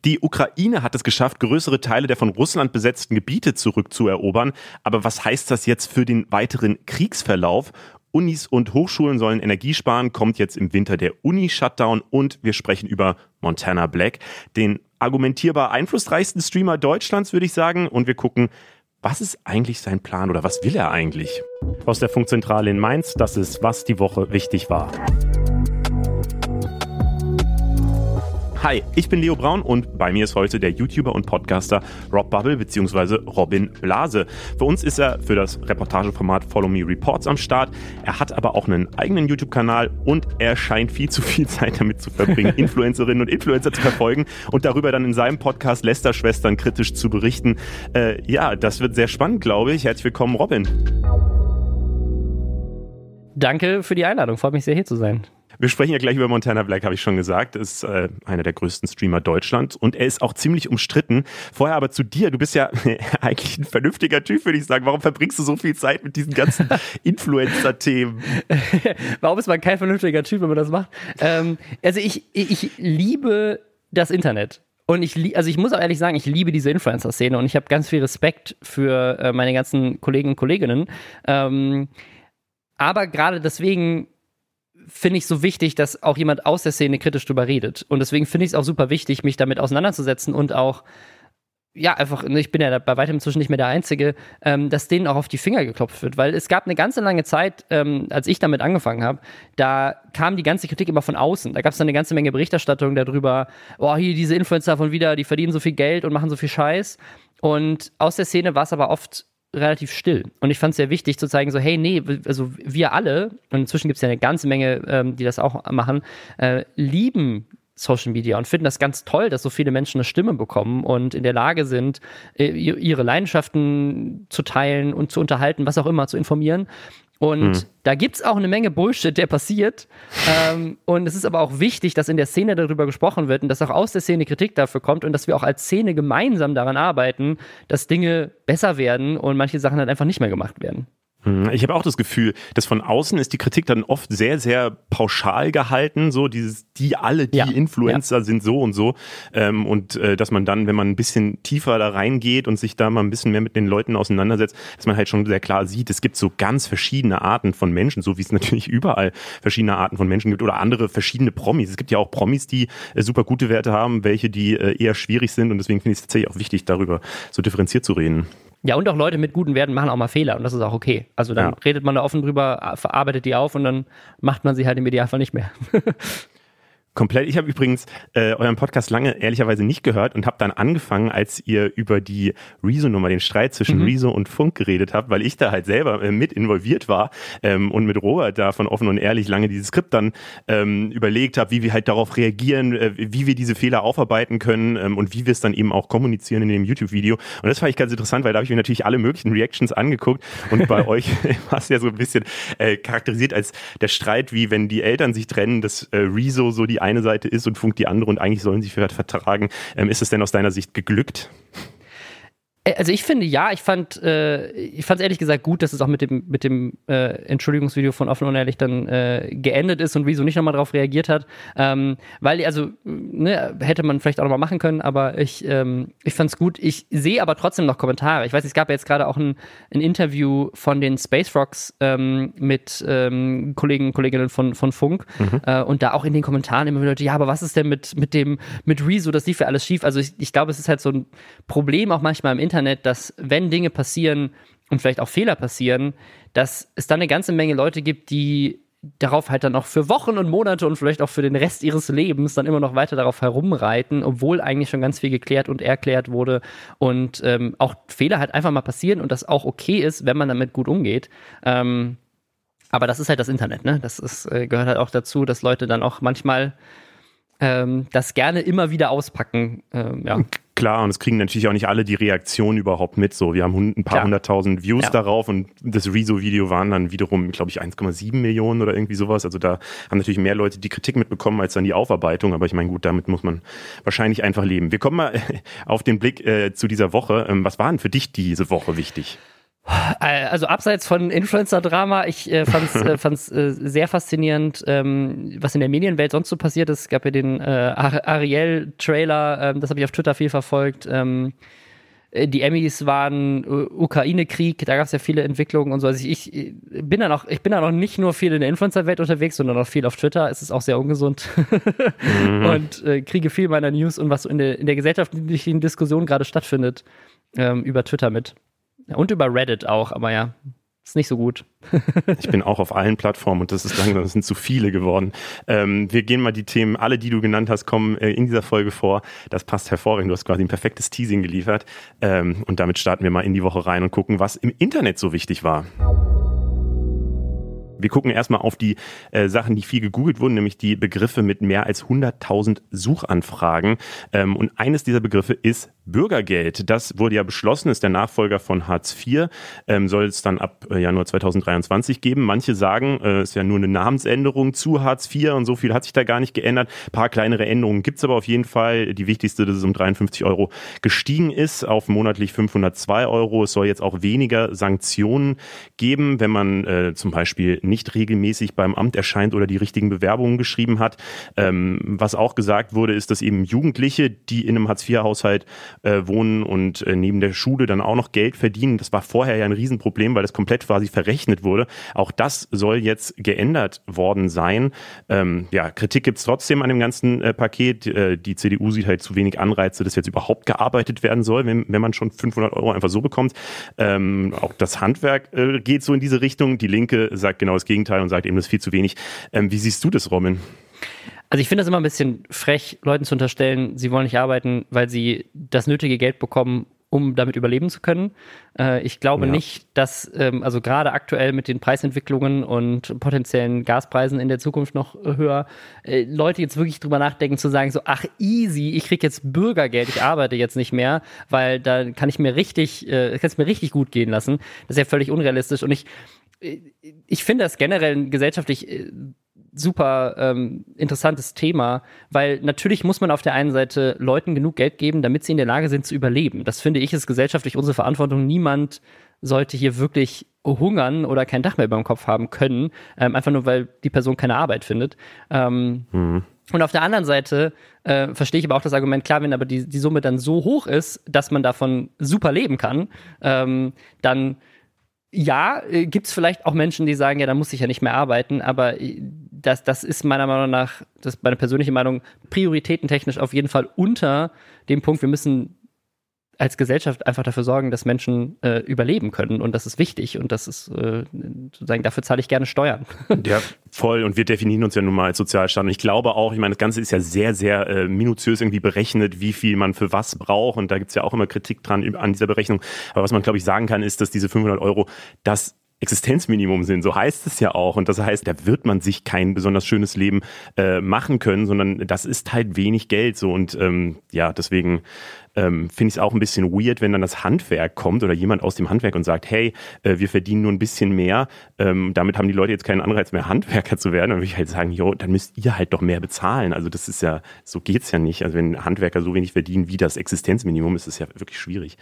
Die Ukraine hat es geschafft, größere Teile der von Russland besetzten Gebiete zurückzuerobern. Aber was heißt das jetzt für den weiteren Kriegsverlauf? Unis und Hochschulen sollen Energie sparen, kommt jetzt im Winter der Uni-Shutdown und wir sprechen über Montana Black, den argumentierbar einflussreichsten Streamer Deutschlands, würde ich sagen. Und wir gucken, was ist eigentlich sein Plan oder was will er eigentlich? Aus der Funkzentrale in Mainz, das ist, was die Woche wichtig war. Hi, ich bin Leo Braun und bei mir ist heute der YouTuber und Podcaster Rob Bubble bzw. Robin Blase. Für uns ist er für das Reportageformat Follow Me Reports am Start. Er hat aber auch einen eigenen YouTube-Kanal und er scheint viel zu viel Zeit damit zu verbringen, Influencerinnen und Influencer zu verfolgen und darüber dann in seinem Podcast Lästerschwestern kritisch zu berichten. Ja, das wird sehr spannend, glaube ich. Herzlich willkommen, Robin. Danke für die Einladung. Freut mich sehr, hier zu sein. Wir sprechen ja gleich über Montana Black, habe ich schon gesagt. Er ist einer der größten Streamer Deutschlands und er ist auch ziemlich umstritten. Vorher aber zu dir. Du bist ja eigentlich ein vernünftiger Typ, würde ich sagen. Warum verbringst du so viel Zeit mit diesen ganzen Influencer-Themen? Warum ist man kein vernünftiger Typ, wenn man das macht? Also ich liebe das Internet. Und ich muss auch ehrlich sagen, ich liebe diese Influencer-Szene und ich habe ganz viel Respekt für meine ganzen Kollegen und Kolleginnen. Aber gerade deswegen finde ich es so wichtig, dass auch jemand aus der Szene kritisch drüber redet. Und deswegen finde ich es auch super wichtig, mich damit auseinanderzusetzen und auch, ja, einfach, ich bin ja bei weitem inzwischen nicht mehr der Einzige, dass denen auch auf die Finger geklopft wird. Weil es gab eine ganze lange Zeit, als ich damit angefangen habe, da kam die ganze Kritik immer von außen. Da gab es dann eine ganze Menge Berichterstattung darüber, hier diese Influencer von wieder, die verdienen so viel Geld und machen so viel Scheiß. Und aus der Szene war es aber oft relativ still. Und ich fand es sehr wichtig zu zeigen, so, hey, nee, also wir alle, und inzwischen gibt es ja eine ganze Menge, die das auch machen, lieben Social Media und finden das ganz toll, dass so viele Menschen eine Stimme bekommen und in der Lage sind, ihre Leidenschaften zu teilen und zu unterhalten, was auch immer, zu informieren. Und da gibt's auch eine Menge Bullshit, der passiert. Und es ist aber auch wichtig, dass in der Szene darüber gesprochen wird und dass auch aus der Szene Kritik dafür kommt und dass wir auch als Szene gemeinsam daran arbeiten, dass Dinge besser werden und manche Sachen halt einfach nicht mehr gemacht werden. Ich habe auch das Gefühl, dass von außen ist die Kritik dann oft sehr, sehr pauschal gehalten, so die Influencer sind so und so und dass man dann, wenn man ein bisschen tiefer da reingeht und sich da mal ein bisschen mehr mit den Leuten auseinandersetzt, dass man halt schon sehr klar sieht, es gibt so ganz verschiedene Arten von Menschen, so wie es natürlich überall verschiedene Arten von Menschen gibt oder andere verschiedene Promis. Es gibt ja auch Promis, die super gute Werte haben, welche die eher schwierig sind und deswegen finde ich es tatsächlich auch wichtig, darüber so differenziert zu reden. Ja, und auch Leute mit guten Werten machen auch mal Fehler und das ist auch okay. Also dann redet man da offen drüber, verarbeitet die auf und dann macht man sie halt im Idealfall nicht mehr. Komplett. Ich habe übrigens euren Podcast lange ehrlicherweise nicht gehört und habe dann angefangen, als ihr über die Rezo-Nummer, den Streit zwischen Rezo und Funk geredet habt, weil ich da halt selber mit involviert war und mit Robert da von Offen und Ehrlich lange dieses Skript dann überlegt habe, wie wir halt darauf reagieren, wie wir diese Fehler aufarbeiten können und wie wir es dann eben auch kommunizieren in dem YouTube-Video. Und das fand ich ganz interessant, weil da habe ich mir natürlich alle möglichen Reactions angeguckt und bei euch war es ja so ein bisschen charakterisiert als der Streit, wie wenn die Eltern sich trennen, dass Rezo so die eine Seite ist und Funk die andere und eigentlich sollen sie vertragen. Ist es denn aus deiner Sicht geglückt? Also ich finde, ja, ich fand es ehrlich gesagt gut, dass es auch mit dem Entschuldigungsvideo von Offen und Ehrlich dann geendet ist und Rezo nicht nochmal drauf reagiert hat, weil, also, hätte man vielleicht auch nochmal machen können, aber ich fand es gut. Ich sehe aber trotzdem noch Kommentare. Ich weiß, es gab ja jetzt gerade auch ein Interview von den Space Rocks mit Kollegen und Kolleginnen von Funk und da auch in den Kommentaren immer wieder Leute, ja, aber was ist denn mit Rezo, das lief ja alles schief. Also ich glaube, es ist halt so ein Problem auch manchmal im Internet, dass wenn Dinge passieren und vielleicht auch Fehler passieren, dass es dann eine ganze Menge Leute gibt, die darauf halt dann auch für Wochen und Monate und vielleicht auch für den Rest ihres Lebens dann immer noch weiter darauf herumreiten, obwohl eigentlich schon ganz viel geklärt und erklärt wurde und auch Fehler halt einfach mal passieren und das auch okay ist, wenn man damit gut umgeht. Aber das ist halt das Internet, ne? Das gehört halt auch dazu, dass Leute dann auch manchmal das gerne immer wieder auspacken. Klar, und es kriegen natürlich auch nicht alle die Reaktion überhaupt mit. So, wir haben ein paar hunderttausend Views darauf und das Rezo-Video waren dann wiederum, glaube ich, 1,7 Millionen oder irgendwie sowas. Also da haben natürlich mehr Leute die Kritik mitbekommen als dann die Aufarbeitung. Aber ich meine, gut, damit muss man wahrscheinlich einfach leben. Wir kommen mal auf den Blick zu dieser Woche. Was war denn für dich diese Woche wichtig? Also abseits von Influencer-Drama, ich fand's sehr faszinierend, was in der Medienwelt sonst so passiert ist. Es gab ja den Ariel-Trailer, das habe ich auf Twitter viel verfolgt. Die Emmys waren Ukraine-Krieg, da gab es ja viele Entwicklungen und so. Also ich bin da noch nicht nur viel in der Influencer-Welt unterwegs, sondern auch viel auf Twitter. Es ist auch sehr ungesund und kriege viel meiner News und was so in der gesellschaftlichen Diskussion gerade stattfindet, über Twitter mit. Und über Reddit auch, aber ja, ist nicht so gut. Ich bin auch auf allen Plattformen und das sind zu viele geworden. Wir gehen mal die Themen, alle, die du genannt hast, kommen in dieser Folge vor. Das passt hervorragend. Du hast quasi ein perfektes Teasing geliefert. Und damit starten wir mal in die Woche rein und gucken, was im Internet so wichtig war. Wir gucken erstmal auf die Sachen, die viel gegoogelt wurden, nämlich die Begriffe mit mehr als 100.000 Suchanfragen. Und eines dieser Begriffe ist Bürgergeld. Das wurde ja beschlossen, ist der Nachfolger von Hartz IV, soll es dann ab Januar 2023 geben. Manche sagen, es ist ja nur eine Namensänderung zu Hartz IV und so viel hat sich da gar nicht geändert. Ein paar kleinere Änderungen gibt es aber auf jeden Fall. Die wichtigste, dass es um 53 € gestiegen ist auf monatlich 502 €. Es soll jetzt auch weniger Sanktionen geben, wenn man zum Beispiel nicht regelmäßig beim Amt erscheint oder die richtigen Bewerbungen geschrieben hat. Was auch gesagt wurde, ist, dass eben Jugendliche, die in einem Hartz-IV-Haushalt wohnen und neben der Schule dann auch noch Geld verdienen, das war vorher ja ein Riesenproblem, weil das komplett quasi verrechnet wurde. Auch das soll jetzt geändert worden sein. Kritik gibt es trotzdem an dem ganzen Paket. Die CDU sieht halt zu wenig Anreize, dass jetzt überhaupt gearbeitet werden soll, wenn man schon 500 € einfach so bekommt. Auch das Handwerk geht so in diese Richtung. Die Linke sagt genau das Gegenteil und sagt eben, das ist viel zu wenig. Wie siehst du das, Robin? Also ich finde das immer ein bisschen frech, Leuten zu unterstellen, sie wollen nicht arbeiten, weil sie das nötige Geld bekommen, um damit überleben zu können. Ich glaube nicht, dass, also gerade aktuell mit den Preisentwicklungen und potenziellen Gaspreisen in der Zukunft noch höher, Leute jetzt wirklich drüber nachdenken zu sagen, so, ach easy, ich krieg jetzt Bürgergeld, ich arbeite jetzt nicht mehr, weil da kann es mir richtig gut gehen lassen. Das ist ja völlig unrealistisch und ich finde das generell gesellschaftlich super interessantes Thema, weil natürlich muss man auf der einen Seite Leuten genug Geld geben, damit sie in der Lage sind zu überleben. Das finde ich ist gesellschaftlich unsere Verantwortung. Niemand sollte hier wirklich hungern oder kein Dach mehr über dem Kopf haben können, einfach nur, weil die Person keine Arbeit findet. Und auf der anderen Seite verstehe ich aber auch das Argument, klar, wenn aber die Summe dann so hoch ist, dass man davon super leben kann, dann ja, gibt es vielleicht auch Menschen, die sagen, ja, dann muss ich ja nicht mehr arbeiten, aber das ist meiner Meinung nach, das ist meine persönliche Meinung, prioritätentechnisch auf jeden Fall unter dem Punkt, wir müssen als Gesellschaft einfach dafür sorgen, dass Menschen überleben können und das ist wichtig und das ist sozusagen, dafür zahle ich gerne Steuern. Ja, voll und wir definieren uns ja nun mal als Sozialstaat und ich glaube auch, ich meine, das Ganze ist ja sehr, sehr minutiös irgendwie berechnet, wie viel man für was braucht und da gibt es ja auch immer Kritik dran an dieser Berechnung, aber was man glaube ich sagen kann, ist, dass diese 500 € das Existenzminimum sind, so heißt es ja auch und das heißt, da wird man sich kein besonders schönes Leben machen können, sondern das ist halt wenig Geld so und deswegen finde ich es auch ein bisschen weird, wenn dann das Handwerk kommt oder jemand aus dem Handwerk und sagt, hey, wir verdienen nur ein bisschen mehr, damit haben die Leute jetzt keinen Anreiz mehr, Handwerker zu werden. Dann würde ich halt sagen, dann müsst ihr halt doch mehr bezahlen. Also das ist ja, so geht's ja nicht. Also wenn Handwerker so wenig verdienen wie das Existenzminimum, ist es ja wirklich schwierig.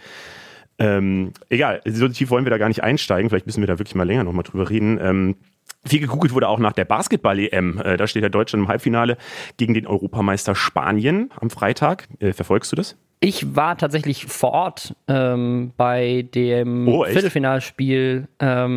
Egal, so tief wollen wir da gar nicht einsteigen. Vielleicht müssen wir da wirklich mal länger nochmal drüber reden. Viel gegoogelt wurde auch nach der Basketball-EM. Da steht ja Deutschland im Halbfinale gegen den Europameister Spanien am Freitag. Verfolgst du das? Ich war tatsächlich vor Ort bei dem Viertelfinalspiel.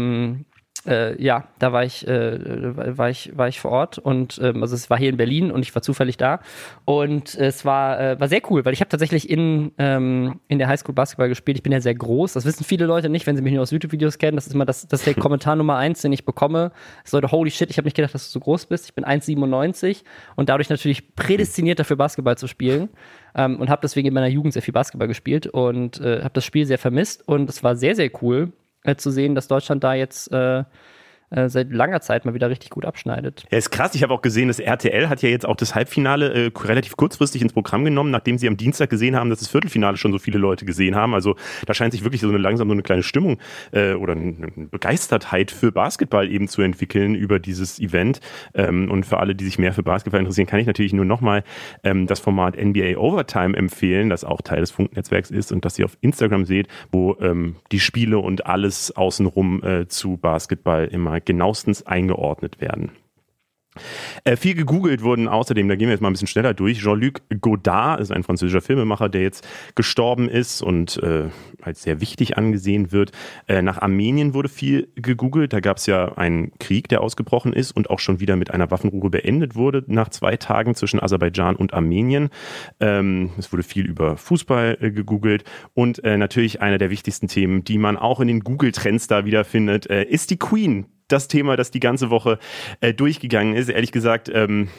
Da war ich vor Ort und also es war hier in Berlin und ich war zufällig da und es war sehr cool, weil ich habe tatsächlich in der Highschool Basketball gespielt. Ich bin ja sehr groß, das wissen viele Leute nicht, wenn sie mich nur aus YouTube-Videos kennen. Das ist immer das ist der Kommentar Nummer 1, den ich bekomme. Das Leute, holy shit, ich habe nicht gedacht, dass du so groß bist. Ich bin 1,97 und dadurch natürlich prädestiniert dafür, Basketball zu spielen. Und habe deswegen in meiner Jugend sehr viel Basketball gespielt und habe das Spiel sehr vermisst und es war sehr, sehr cool zu sehen, dass Deutschland da jetzt seit langer Zeit mal wieder richtig gut abschneidet. Ja, ist krass. Ich habe auch gesehen, das RTL hat ja jetzt auch das Halbfinale relativ kurzfristig ins Programm genommen, nachdem sie am Dienstag gesehen haben, dass das Viertelfinale schon so viele Leute gesehen haben. Also da scheint sich wirklich langsam so eine kleine Stimmung oder eine Begeistertheit für Basketball eben zu entwickeln über dieses Event. Und für alle, die sich mehr für Basketball interessieren, kann ich natürlich nur nochmal das Format NBA Overtime empfehlen, das auch Teil des Funknetzwerks ist und das ihr auf Instagram seht, wo die Spiele und alles außenrum zu Basketball immer genauestens eingeordnet werden. Viel gegoogelt wurden außerdem, da gehen wir jetzt mal ein bisschen schneller durch, Jean-Luc Godard ist ein französischer Filmemacher, der jetzt gestorben ist und als sehr wichtig angesehen wird. Nach Armenien wurde viel gegoogelt, da gab es ja einen Krieg, der ausgebrochen ist und auch schon wieder mit einer Waffenruhe beendet wurde nach 2 Tagen zwischen Aserbaidschan und Armenien. Es wurde viel über Fußball gegoogelt und natürlich einer der wichtigsten Themen, die man auch in den Google-Trends da wiederfindet, ist die Queen. Das Thema, das die ganze Woche durchgegangen ist. Ehrlich gesagt,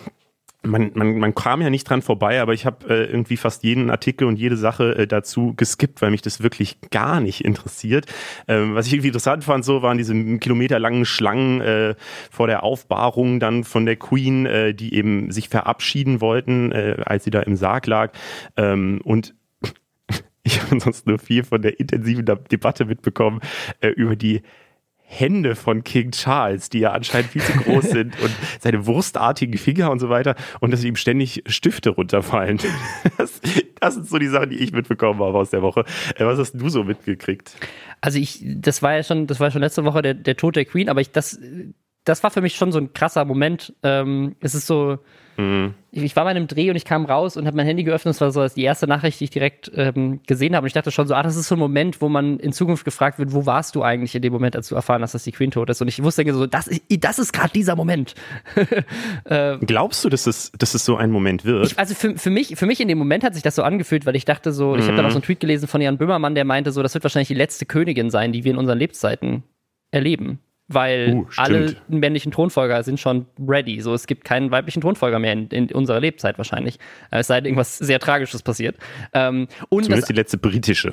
man kam ja nicht dran vorbei, aber ich habe irgendwie fast jeden Artikel und jede Sache dazu geskippt, weil mich das wirklich gar nicht interessiert. Was ich irgendwie interessant fand, so waren diese kilometerlangen Schlangen vor der Aufbahrung dann von der Queen, die eben sich verabschieden wollten, als sie da im Sarg lag. Und ich habe sonst nur viel von der intensiven Debatte mitbekommen über die Hände von King Charles, die ja anscheinend viel zu groß sind und seine wurstartigen Finger und so weiter und dass ihm ständig Stifte runterfallen. Das sind so die Sachen, die ich mitbekommen habe aus der Woche. Was hast du so mitgekriegt? Also das war ja schon letzte Woche der Tod der Queen, aber das war für mich schon so ein krasser Moment. Es ist so, ich war bei einem Dreh und ich kam raus und habe mein Handy geöffnet. Das war so die erste Nachricht, die ich direkt gesehen habe. Und ich dachte schon so, das ist so ein Moment, wo man in Zukunft gefragt wird, wo warst du eigentlich in dem Moment, als du erfahren hast, dass die Queen tot ist? Und ich wusste so, das ist gerade dieser Moment. Glaubst du, dass es so ein Moment wird? Also für mich in dem Moment hat sich das so angefühlt, weil ich dachte so, ich habe dann auch so einen Tweet gelesen von Jan Böhmermann, der meinte so, das wird wahrscheinlich die letzte Königin sein, die wir in unseren Lebzeiten erleben. Weil alle männlichen Thronfolger sind schon ready. So, es gibt keinen weiblichen Thronfolger mehr in unserer Lebzeit wahrscheinlich. Es sei denn, irgendwas sehr Tragisches passiert. Zumindest die letzte britische.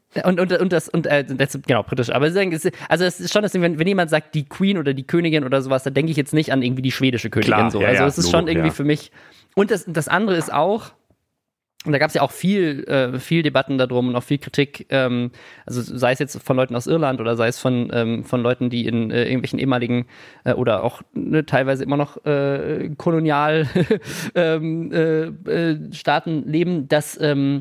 Genau, britisch. Aber also es ist schon das Ding, wenn jemand sagt, die Queen oder die Königin oder sowas, dann denke ich jetzt nicht an irgendwie die schwedische Königin. Klar, so. Ja, also es ist schon irgendwie ja. für mich. Und das andere ist auch, und da gab es ja auch viel Debatten darum und auch viel Kritik, also sei es jetzt von Leuten aus Irland oder sei es von Leuten, die in irgendwelchen ehemaligen oder auch teilweise immer noch kolonial Staaten leben, dass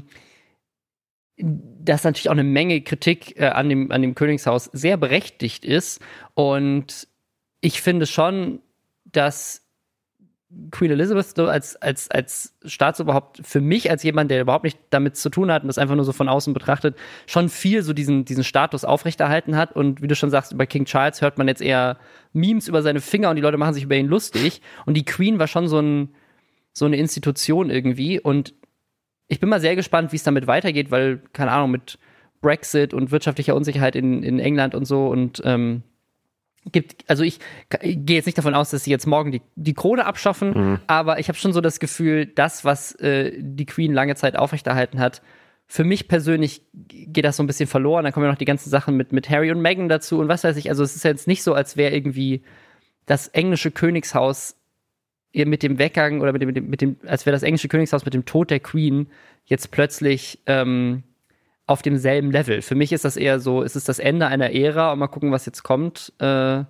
natürlich auch eine Menge Kritik an dem Königshaus sehr berechtigt ist. Und ich finde schon, dass Queen Elizabeth so als Staatsoberhaupt für mich, als jemand, der überhaupt nicht damit zu tun hat und das einfach nur so von außen betrachtet, schon viel so diesen Status aufrechterhalten hat. Und wie du schon sagst, über King Charles hört man jetzt eher Memes über seine Finger und die Leute machen sich über ihn lustig. Und die Queen war schon so eine Institution irgendwie. Und ich bin mal sehr gespannt, wie es damit weitergeht, weil, keine Ahnung, mit Brexit und wirtschaftlicher Unsicherheit in England und so und also ich gehe jetzt nicht davon aus, dass sie jetzt morgen die Krone abschaffen, aber ich habe schon so das Gefühl, das, was die Queen lange Zeit aufrechterhalten hat, für mich persönlich geht das so ein bisschen verloren. Dann kommen ja noch die ganzen Sachen mit Harry und Meghan dazu und was weiß ich. Also es ist jetzt nicht so, als wäre irgendwie das englische Königshaus mit dem Weggang oder als wäre das englische Königshaus mit dem Tod der Queen jetzt plötzlich auf demselben Level. Für mich ist das eher so, es ist das Ende einer Ära und mal gucken, was jetzt kommt. Ja.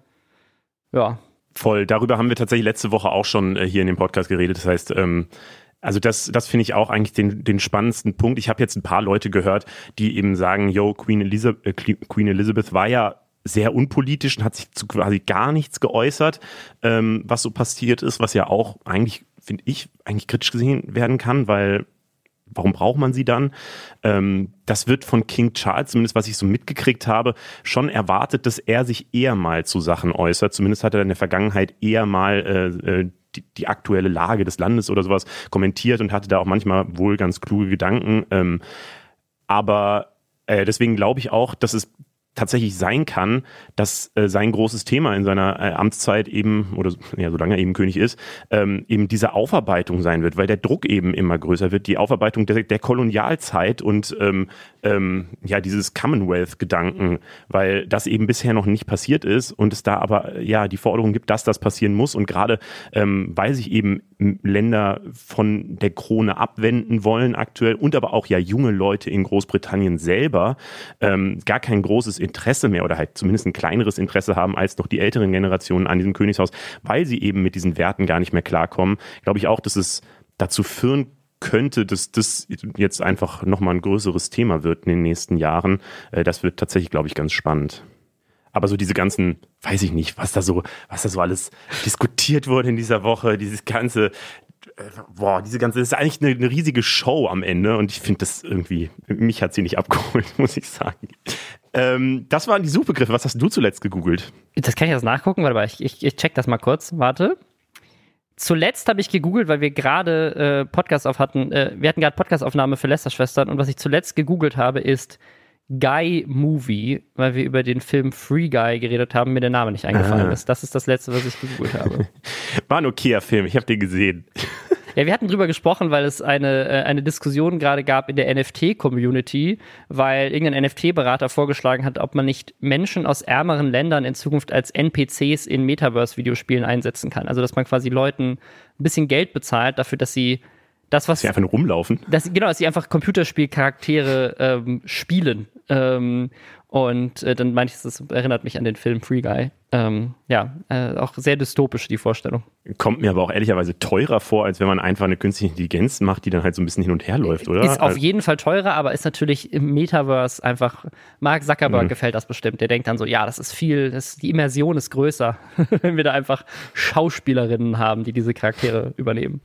Voll, darüber haben wir tatsächlich letzte Woche auch schon hier in dem Podcast geredet. Das heißt, also das finde ich auch eigentlich den spannendsten Punkt. Ich habe jetzt ein paar Leute gehört, die eben sagen, Queen Elizabeth war ja sehr unpolitisch und hat sich zu quasi gar nichts geäußert, was so passiert ist, was ja auch eigentlich, finde ich, eigentlich kritisch gesehen werden kann, weil warum braucht man sie dann? Das wird von King Charles, zumindest was ich so mitgekriegt habe, schon erwartet, dass er sich eher mal zu Sachen äußert. Zumindest hat er in der Vergangenheit eher mal die aktuelle Lage des Landes oder sowas kommentiert und hatte da auch manchmal wohl ganz kluge Gedanken. Aber deswegen glaube ich auch, dass es tatsächlich sein kann, dass sein großes Thema in seiner Amtszeit eben, oder ja, solange er eben König ist, eben diese Aufarbeitung sein wird, weil der Druck eben immer größer wird, die Aufarbeitung der Kolonialzeit und dieses Commonwealth-Gedanken, weil das eben bisher noch nicht passiert ist und es da aber die Forderung gibt, dass das passieren muss und gerade weil sich eben Länder von der Krone abwenden wollen aktuell und aber auch junge Leute in Großbritannien selber gar kein großes Interesse mehr oder halt zumindest ein kleineres Interesse haben als noch die älteren Generationen an diesem Königshaus, weil sie eben mit diesen Werten gar nicht mehr klarkommen, glaube ich auch, dass es dazu führen könnte, dass das jetzt einfach nochmal ein größeres Thema wird in den nächsten Jahren. Das wird tatsächlich, glaube ich, ganz spannend. Aber so diese ganzen, weiß ich nicht, was da so alles diskutiert wurde in dieser Woche, das ist eigentlich eine riesige Show am Ende und ich finde das irgendwie, mich hat sie nicht abgeholt, muss ich sagen. Das waren die Suchbegriffe. Was hast du zuletzt gegoogelt? Das kann ich jetzt nachgucken, warte mal, ich check das mal kurz, warte. Zuletzt habe ich gegoogelt, weil wir gerade Podcast wir hatten gerade Podcastaufnahme für Lästerschwestern und was ich zuletzt gegoogelt habe ist Guy Movie, weil wir über den Film Free Guy geredet haben, mir der Name nicht eingefallen ist. Das ist das Letzte, was ich gegoogelt habe. War ein okayer Film, ich habe den gesehen. Ja, wir hatten drüber gesprochen, weil es eine Diskussion gerade gab in der NFT-Community, weil irgendein NFT-Berater vorgeschlagen hat, ob man nicht Menschen aus ärmeren Ländern in Zukunft als NPCs in Metaverse-Videospielen einsetzen kann. Also, dass man quasi Leuten ein bisschen Geld bezahlt dafür, dass sie das, was... Dass sie einfach nur rumlaufen. Dass sie einfach Computerspielcharaktere spielen. Und dann meinte ich, das erinnert mich an den Film Free Guy. Auch sehr dystopisch, die Vorstellung. Kommt mir aber auch ehrlicherweise teurer vor, als wenn man einfach eine künstliche Intelligenz macht, die dann halt so ein bisschen hin und her läuft, oder? Ist auf jeden Fall teurer, aber ist natürlich im Metaverse einfach, Mark Zuckerberg gefällt das bestimmt. Der denkt dann so, ja, das ist viel, die Immersion ist größer, wenn wir da einfach Schauspielerinnen haben, die diese Charaktere übernehmen.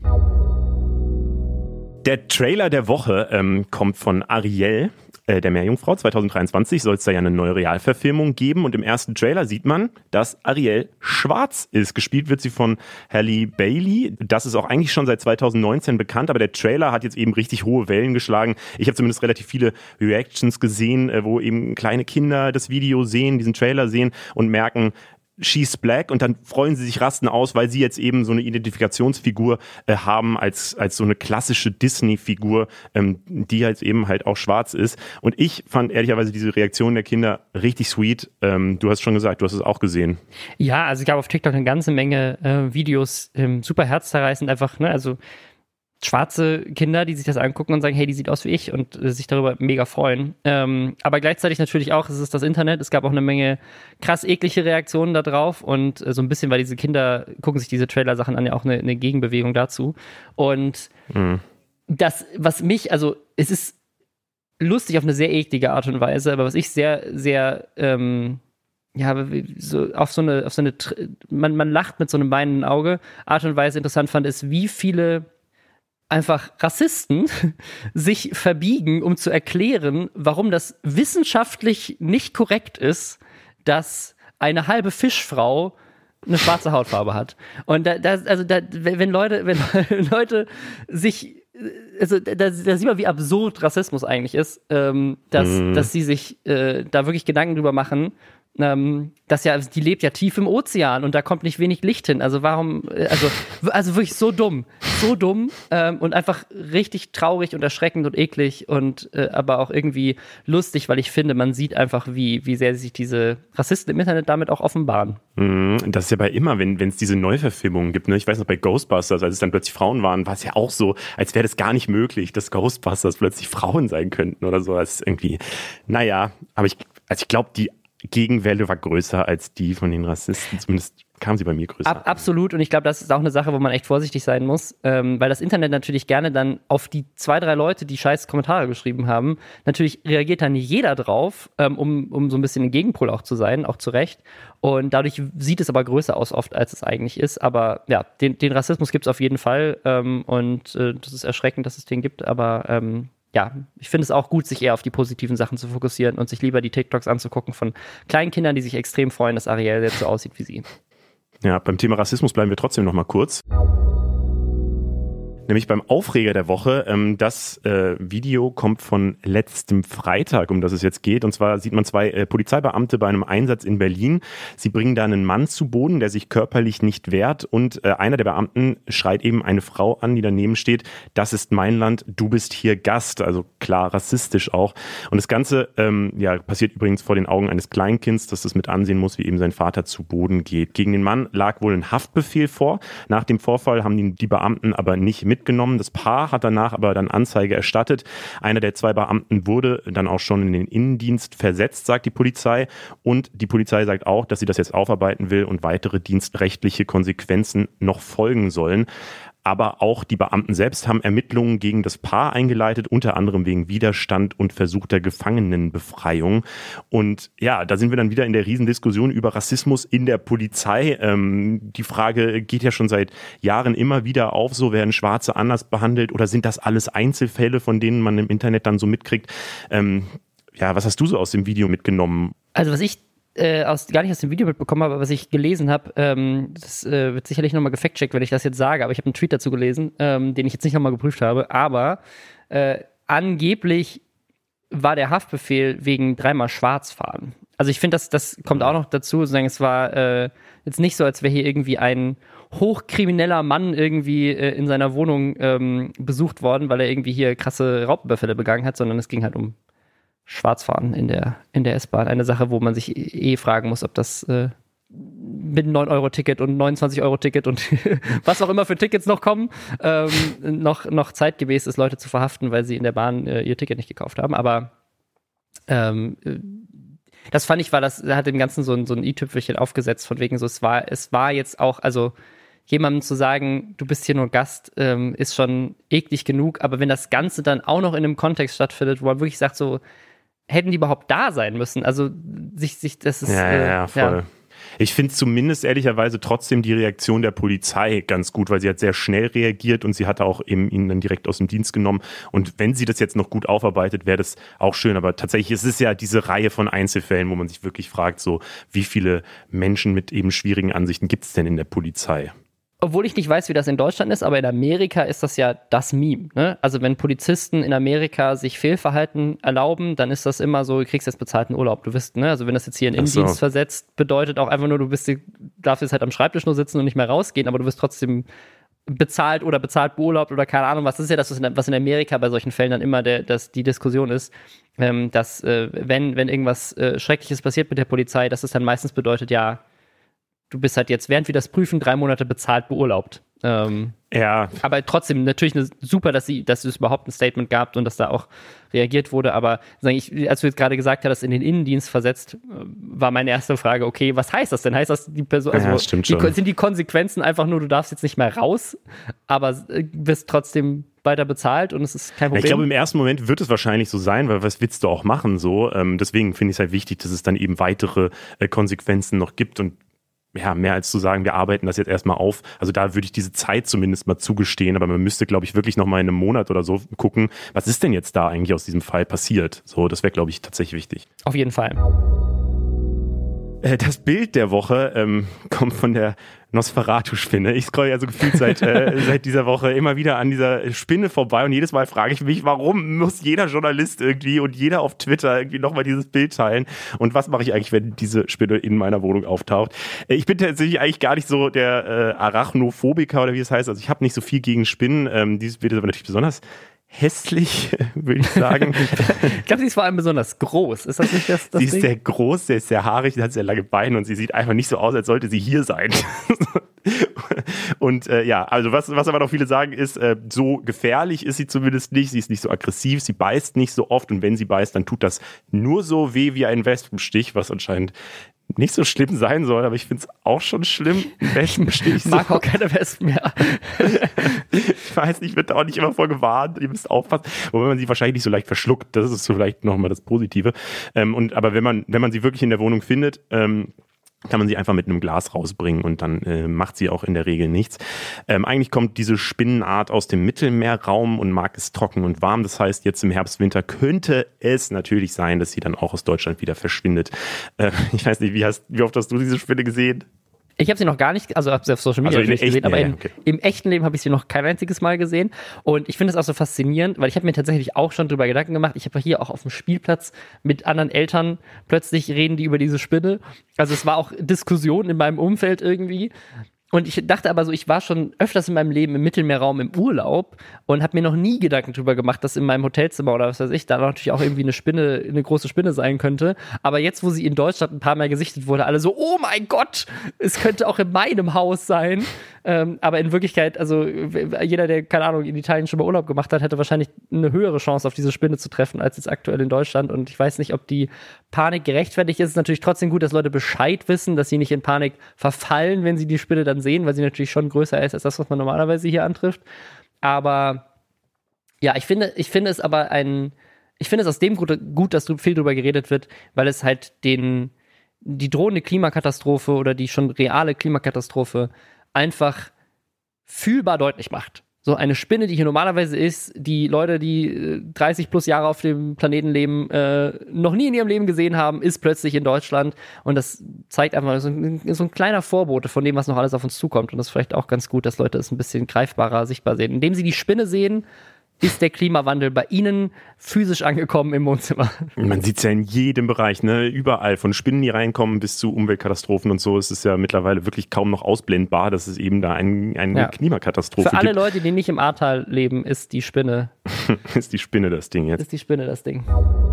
Der Trailer der Woche kommt von Ariel, der Meerjungfrau. 2023 soll es da ja eine neue Realverfilmung geben und im ersten Trailer sieht man, dass Ariel schwarz ist. Gespielt wird sie von Halle Bailey. Das ist auch eigentlich schon seit 2019 bekannt, aber der Trailer hat jetzt eben richtig hohe Wellen geschlagen. Ich habe zumindest relativ viele Reactions gesehen, wo eben kleine Kinder das Video sehen, diesen Trailer sehen und merken, She's Black und dann freuen sie sich rasten aus, weil sie jetzt eben so eine Identifikationsfigur haben als so eine klassische Disney-Figur, die halt eben halt auch schwarz ist. Und ich fand ehrlicherweise diese Reaktion der Kinder richtig sweet. Du hast schon gesagt, du hast es auch gesehen. Ja, also es gab auf TikTok eine ganze Menge Videos, super herzzerreißend einfach, ne, also schwarze Kinder, die sich das angucken und sagen, hey, die sieht aus wie ich und sich darüber mega freuen. Aber gleichzeitig natürlich auch, es ist das Internet, es gab auch eine Menge krass eklige Reaktionen da drauf und so ein bisschen, weil diese Kinder gucken sich diese Trailer-Sachen an, ja auch eine Gegenbewegung dazu. Und das, was mich, also es ist lustig auf eine sehr eklige Art und Weise, aber was ich sehr, sehr so auf so eine man lacht mit so einem weinenden Auge Art und Weise interessant fand, ist, wie viele einfach Rassisten sich verbiegen, um zu erklären, warum das wissenschaftlich nicht korrekt ist, dass eine halbe Fischfrau eine schwarze Hautfarbe hat. Und wenn Leute sich, also da sieht man, wie absurd Rassismus eigentlich ist, dass sie sich da wirklich Gedanken drüber machen, die lebt ja tief im Ozean und da kommt nicht wenig Licht hin. Also warum, also wirklich so dumm und einfach richtig traurig und erschreckend und eklig und aber auch irgendwie lustig, weil ich finde, man sieht einfach, wie sehr sich diese Rassisten im Internet damit auch offenbaren. Das ist ja bei immer, wenn es diese Neuverfilmungen gibt, ne? Ich weiß noch, bei Ghostbusters, als es dann plötzlich Frauen waren, war es ja auch so, als wäre das gar nicht möglich, dass Ghostbusters plötzlich Frauen sein könnten oder so. Das ist irgendwie, naja, aber ich glaube, die Gegenwelle war größer als die von den Rassisten, zumindest kam sie bei mir größer. Absolut, und ich glaube, das ist auch eine Sache, wo man echt vorsichtig sein muss, weil das Internet natürlich gerne dann auf die 2, 3 Leute, die scheiß Kommentare geschrieben haben, natürlich reagiert dann nicht jeder drauf, um so ein bisschen ein Gegenpol auch zu sein, auch zu Recht, und dadurch sieht es aber größer aus oft, als es eigentlich ist, aber ja, den Rassismus gibt es auf jeden Fall und das ist erschreckend, dass es den gibt, aber ja, ich finde es auch gut, sich eher auf die positiven Sachen zu fokussieren und sich lieber die TikToks anzugucken von kleinen Kindern, die sich extrem freuen, dass Ariel jetzt so aussieht wie sie. Ja, beim Thema Rassismus bleiben wir trotzdem noch mal kurz. Nämlich beim Aufreger der Woche. Das Video kommt von letztem Freitag, um das es jetzt geht. Und zwar sieht man 2 Polizeibeamte bei einem Einsatz in Berlin. Sie bringen da einen Mann zu Boden, der sich körperlich nicht wehrt. Und einer der Beamten schreit eben eine Frau an, die daneben steht: Das ist mein Land, du bist hier Gast. Also klar rassistisch auch. Und das Ganze passiert übrigens vor den Augen eines Kleinkinds, das das mit ansehen muss, wie eben sein Vater zu Boden geht. Gegen den Mann lag wohl ein Haftbefehl vor. Nach dem Vorfall haben ihn die Beamten aber nicht mitgenommen. Das Paar hat danach aber dann Anzeige erstattet. Einer der 2 Beamten wurde dann auch schon in den Innendienst versetzt, sagt die Polizei. Und die Polizei sagt auch, dass sie das jetzt aufarbeiten will und weitere dienstrechtliche Konsequenzen noch folgen sollen. Aber auch die Beamten selbst haben Ermittlungen gegen das Paar eingeleitet, unter anderem wegen Widerstand und versuchter Gefangenenbefreiung. Und ja, da sind wir dann wieder in der Riesendiskussion über Rassismus in der Polizei. Die Frage geht ja schon seit Jahren immer wieder auf, so werden Schwarze anders behandelt oder sind das alles Einzelfälle, von denen man im Internet dann so mitkriegt? Was hast du so aus dem Video mitgenommen? Also was ich gar nicht aus dem Video mitbekommen habe, aber was ich gelesen habe, das wird sicherlich nochmal gefact-checkt, wenn ich das jetzt sage, aber ich habe einen Tweet dazu gelesen, den ich jetzt nicht nochmal geprüft habe, aber angeblich war der Haftbefehl wegen 3-mal Schwarzfahren. Also ich finde, das kommt auch noch dazu, sozusagen, es war jetzt nicht so, als wäre hier irgendwie ein hochkrimineller Mann irgendwie in seiner Wohnung besucht worden, weil er irgendwie hier krasse Raubüberfälle begangen hat, sondern es ging halt um Schwarzfahren in der S-Bahn. Eine Sache, wo man sich fragen muss, ob das mit 9-Euro-Ticket und 29-Euro-Ticket und was auch immer für Tickets noch kommen, noch zeitgemäß ist, Leute zu verhaften, weil sie in der Bahn ihr Ticket nicht gekauft haben. Aber das fand ich, da hat dem Ganzen so ein i-Tüpfelchen aufgesetzt, von wegen so, es war jetzt auch, also jemandem zu sagen, du bist hier nur Gast, ist schon eklig genug, aber wenn das Ganze dann auch noch in einem Kontext stattfindet, wo man wirklich sagt, so, hätten die überhaupt da sein müssen? Also, das ist... Ja, voll. Ja. Ich finde zumindest ehrlicherweise trotzdem die Reaktion der Polizei ganz gut, weil sie hat sehr schnell reagiert und sie hat auch eben ihn dann direkt aus dem Dienst genommen. Und wenn sie das jetzt noch gut aufarbeitet, wäre das auch schön. Aber tatsächlich ist es ja diese Reihe von Einzelfällen, wo man sich wirklich fragt, so, wie viele Menschen mit eben schwierigen Ansichten gibt es denn in der Polizei? Obwohl ich nicht weiß, wie das in Deutschland ist, aber in Amerika ist das ja das Meme. Ne? Also wenn Polizisten in Amerika sich Fehlverhalten erlauben, dann ist das immer so, du kriegst jetzt bezahlten Urlaub. Du wirst, ne? Also wenn das jetzt hier in Innendienst versetzt, bedeutet auch einfach nur, darfst jetzt halt am Schreibtisch nur sitzen und nicht mehr rausgehen, aber du wirst trotzdem bezahlt oder bezahlt beurlaubt oder keine Ahnung was. Das ist ja das, was in Amerika bei solchen Fällen dann immer die Diskussion ist, dass wenn irgendwas Schreckliches passiert mit der Polizei, dass es dann meistens bedeutet, ja, du bist halt jetzt, während wir das prüfen, 3 Monate bezahlt beurlaubt. Ja. Aber trotzdem natürlich super, dass es überhaupt ein Statement gab und dass da auch reagiert wurde. Aber als du jetzt gerade gesagt hast, in den Innendienst versetzt, war meine erste Frage, okay, was heißt das denn? Heißt das, die Person, stimmt schon. Sind die Konsequenzen einfach nur, du darfst jetzt nicht mehr raus, aber wirst trotzdem weiter bezahlt und es ist kein Problem? Ich glaube, im ersten Moment wird es wahrscheinlich so sein, weil was willst du auch machen so? Deswegen finde ich es halt wichtig, dass es dann eben weitere Konsequenzen noch gibt und ja, mehr als zu sagen, wir arbeiten das jetzt erstmal auf. Also da würde ich diese Zeit zumindest mal zugestehen, aber man müsste, glaube ich, wirklich nochmal in einem Monat oder so gucken, was ist denn jetzt da eigentlich aus diesem Fall passiert? So, das wäre, glaube ich, tatsächlich wichtig. Auf jeden Fall. Das Bild der Woche kommt von der Nosferatu-Spinne. Ich scroll ja so gefühlt seit dieser Woche immer wieder an dieser Spinne vorbei und jedes Mal frage ich mich, warum muss jeder Journalist irgendwie und jeder auf Twitter irgendwie nochmal dieses Bild teilen und was mache ich eigentlich, wenn diese Spinne in meiner Wohnung auftaucht? Ich bin tatsächlich eigentlich gar nicht so der Arachnophobiker oder wie es heißt, also ich habe nicht so viel gegen Spinnen. Dieses Bild ist aber natürlich besonders hässlich, würde ich sagen. Ich glaube, sie ist vor allem besonders groß. Ist das nicht das Sie ist sehr groß, sie ist sehr haarig, sie hat sehr lange Beine und sie sieht einfach nicht so aus, als sollte sie hier sein. Und also was aber noch viele sagen ist, so gefährlich ist sie zumindest nicht, sie ist nicht so aggressiv, sie beißt nicht so oft und wenn sie beißt, dann tut das nur so weh wie ein Wespenstich, was anscheinend nicht so schlimm sein soll, aber ich finde es auch schon schlimm. Wespenstich. Ich mag auch keine Wespen mehr. Ich weiß nicht, ich wird da auch nicht immer vor gewarnt. Ihr müsst aufpassen. Wobei man sie wahrscheinlich nicht so leicht verschluckt. Das ist so vielleicht nochmal das Positive. Aber wenn man sie wirklich in der Wohnung findet, kann man sie einfach mit einem Glas rausbringen und dann macht sie auch in der Regel nichts. Eigentlich kommt diese Spinnenart aus dem Mittelmeerraum und mag es trocken und warm. Das heißt, jetzt im Herbst, Winter könnte es natürlich sein, dass sie dann auch aus Deutschland wieder verschwindet. Ich weiß nicht, wie oft hast du diese Spinne gesehen? Ich habe sie noch gar nicht, also habe sie auf Social Media nicht gesehen, aber im echten Leben habe ich sie noch kein einziges Mal gesehen. Und ich finde es auch so faszinierend, weil ich habe mir tatsächlich auch schon drüber Gedanken gemacht. Ich habe hier auch auf dem Spielplatz mit anderen Eltern plötzlich reden die über diese Spinne. Also es war auch Diskussion in meinem Umfeld irgendwie. Und ich dachte aber so, ich war schon öfters in meinem Leben im Mittelmeerraum im Urlaub und habe mir noch nie Gedanken drüber gemacht, dass in meinem Hotelzimmer oder was weiß ich, da natürlich auch irgendwie eine große Spinne sein könnte. Aber jetzt, wo sie in Deutschland ein paar Mal gesichtet wurde, alle so, oh mein Gott, es könnte auch in meinem Haus sein. Aber in Wirklichkeit, also jeder, der, keine Ahnung, in Italien schon mal Urlaub gemacht hat, hätte wahrscheinlich eine höhere Chance, auf diese Spinne zu treffen, als jetzt aktuell in Deutschland. Und ich weiß nicht, ob die Panik gerechtfertigt ist. Es ist natürlich trotzdem gut, dass Leute Bescheid wissen, dass sie nicht in Panik verfallen, wenn sie die Spinne dann sehen, weil sie natürlich schon größer ist als das, was man normalerweise hier antrifft. Aber ja, ich finde es aus dem Grund gut, dass viel drüber geredet wird, weil es halt die drohende Klimakatastrophe oder die schon reale Klimakatastrophe einfach fühlbar deutlich macht. So eine Spinne, die hier normalerweise ist, die Leute, die 30 plus Jahre auf dem Planeten leben, noch nie in ihrem Leben gesehen haben, ist plötzlich in Deutschland. Und das zeigt einfach so ein kleiner Vorbote von dem, was noch alles auf uns zukommt. Und das ist vielleicht auch ganz gut, dass Leute es ein bisschen greifbarer, sichtbar sehen. Indem sie die Spinne sehen, ist der Klimawandel bei Ihnen physisch angekommen im Wohnzimmer. Man sieht es ja in jedem Bereich, ne? Überall, von Spinnen, die reinkommen, bis zu Umweltkatastrophen und so. Es ist ja mittlerweile wirklich kaum noch ausblendbar, dass es eben da eine Klimakatastrophe gibt. Für alle Leute, die nicht im Ahrtal leben, ist die Spinne. Ist die Spinne das Ding jetzt? Ist die Spinne das Ding.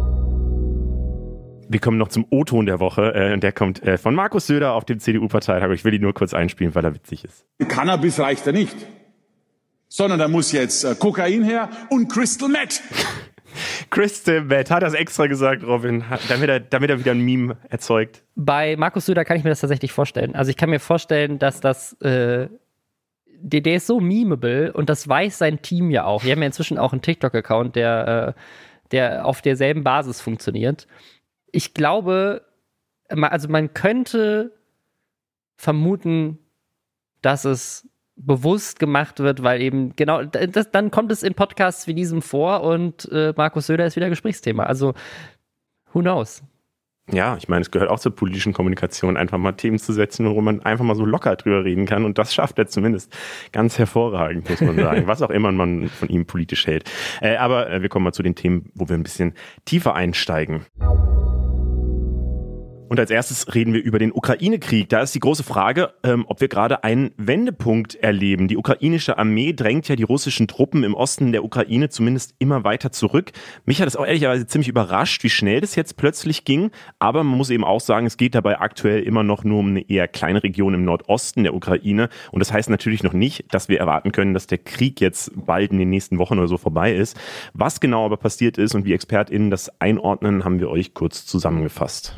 Wir kommen noch zum O-Ton der Woche. Und der kommt von Markus Söder auf dem CDU-Parteitag. Ich will ihn nur kurz einspielen, weil er witzig ist. Cannabis reicht ja nicht, sondern da muss jetzt Kokain her und Crystal Meth. Crystal Meth, hat das extra gesagt, Robin, damit er wieder ein Meme erzeugt. Bei Markus Söder kann ich mir das tatsächlich vorstellen. Also ich kann mir vorstellen, dass das, der ist so memeable und das weiß sein Team ja auch. Die haben ja inzwischen auch einen TikTok-Account, der auf derselben Basis funktioniert. Ich glaube, also man könnte vermuten, dass es bewusst gemacht wird, weil eben genau, dann kommt es in Podcasts wie diesem vor und Markus Söder ist wieder Gesprächsthema. Also, who knows? Ja, ich meine, es gehört auch zur politischen Kommunikation, einfach mal Themen zu setzen, wo man einfach mal so locker drüber reden kann und das schafft er zumindest ganz hervorragend, muss man sagen, was auch immer man von ihm politisch hält. Aber wir kommen mal zu den Themen, wo wir ein bisschen tiefer einsteigen. Und als erstes reden wir über den Ukraine-Krieg. Da ist die große Frage, ob wir gerade einen Wendepunkt erleben. Die ukrainische Armee drängt ja die russischen Truppen im Osten der Ukraine zumindest immer weiter zurück. Mich hat es auch ehrlicherweise ziemlich überrascht, wie schnell das jetzt plötzlich ging. Aber man muss eben auch sagen, es geht dabei aktuell immer noch nur um eine eher kleine Region im Nordosten der Ukraine. Und das heißt natürlich noch nicht, dass wir erwarten können, dass der Krieg jetzt bald in den nächsten Wochen oder so vorbei ist. Was genau aber passiert ist und wie ExpertInnen das einordnen, haben wir euch kurz zusammengefasst.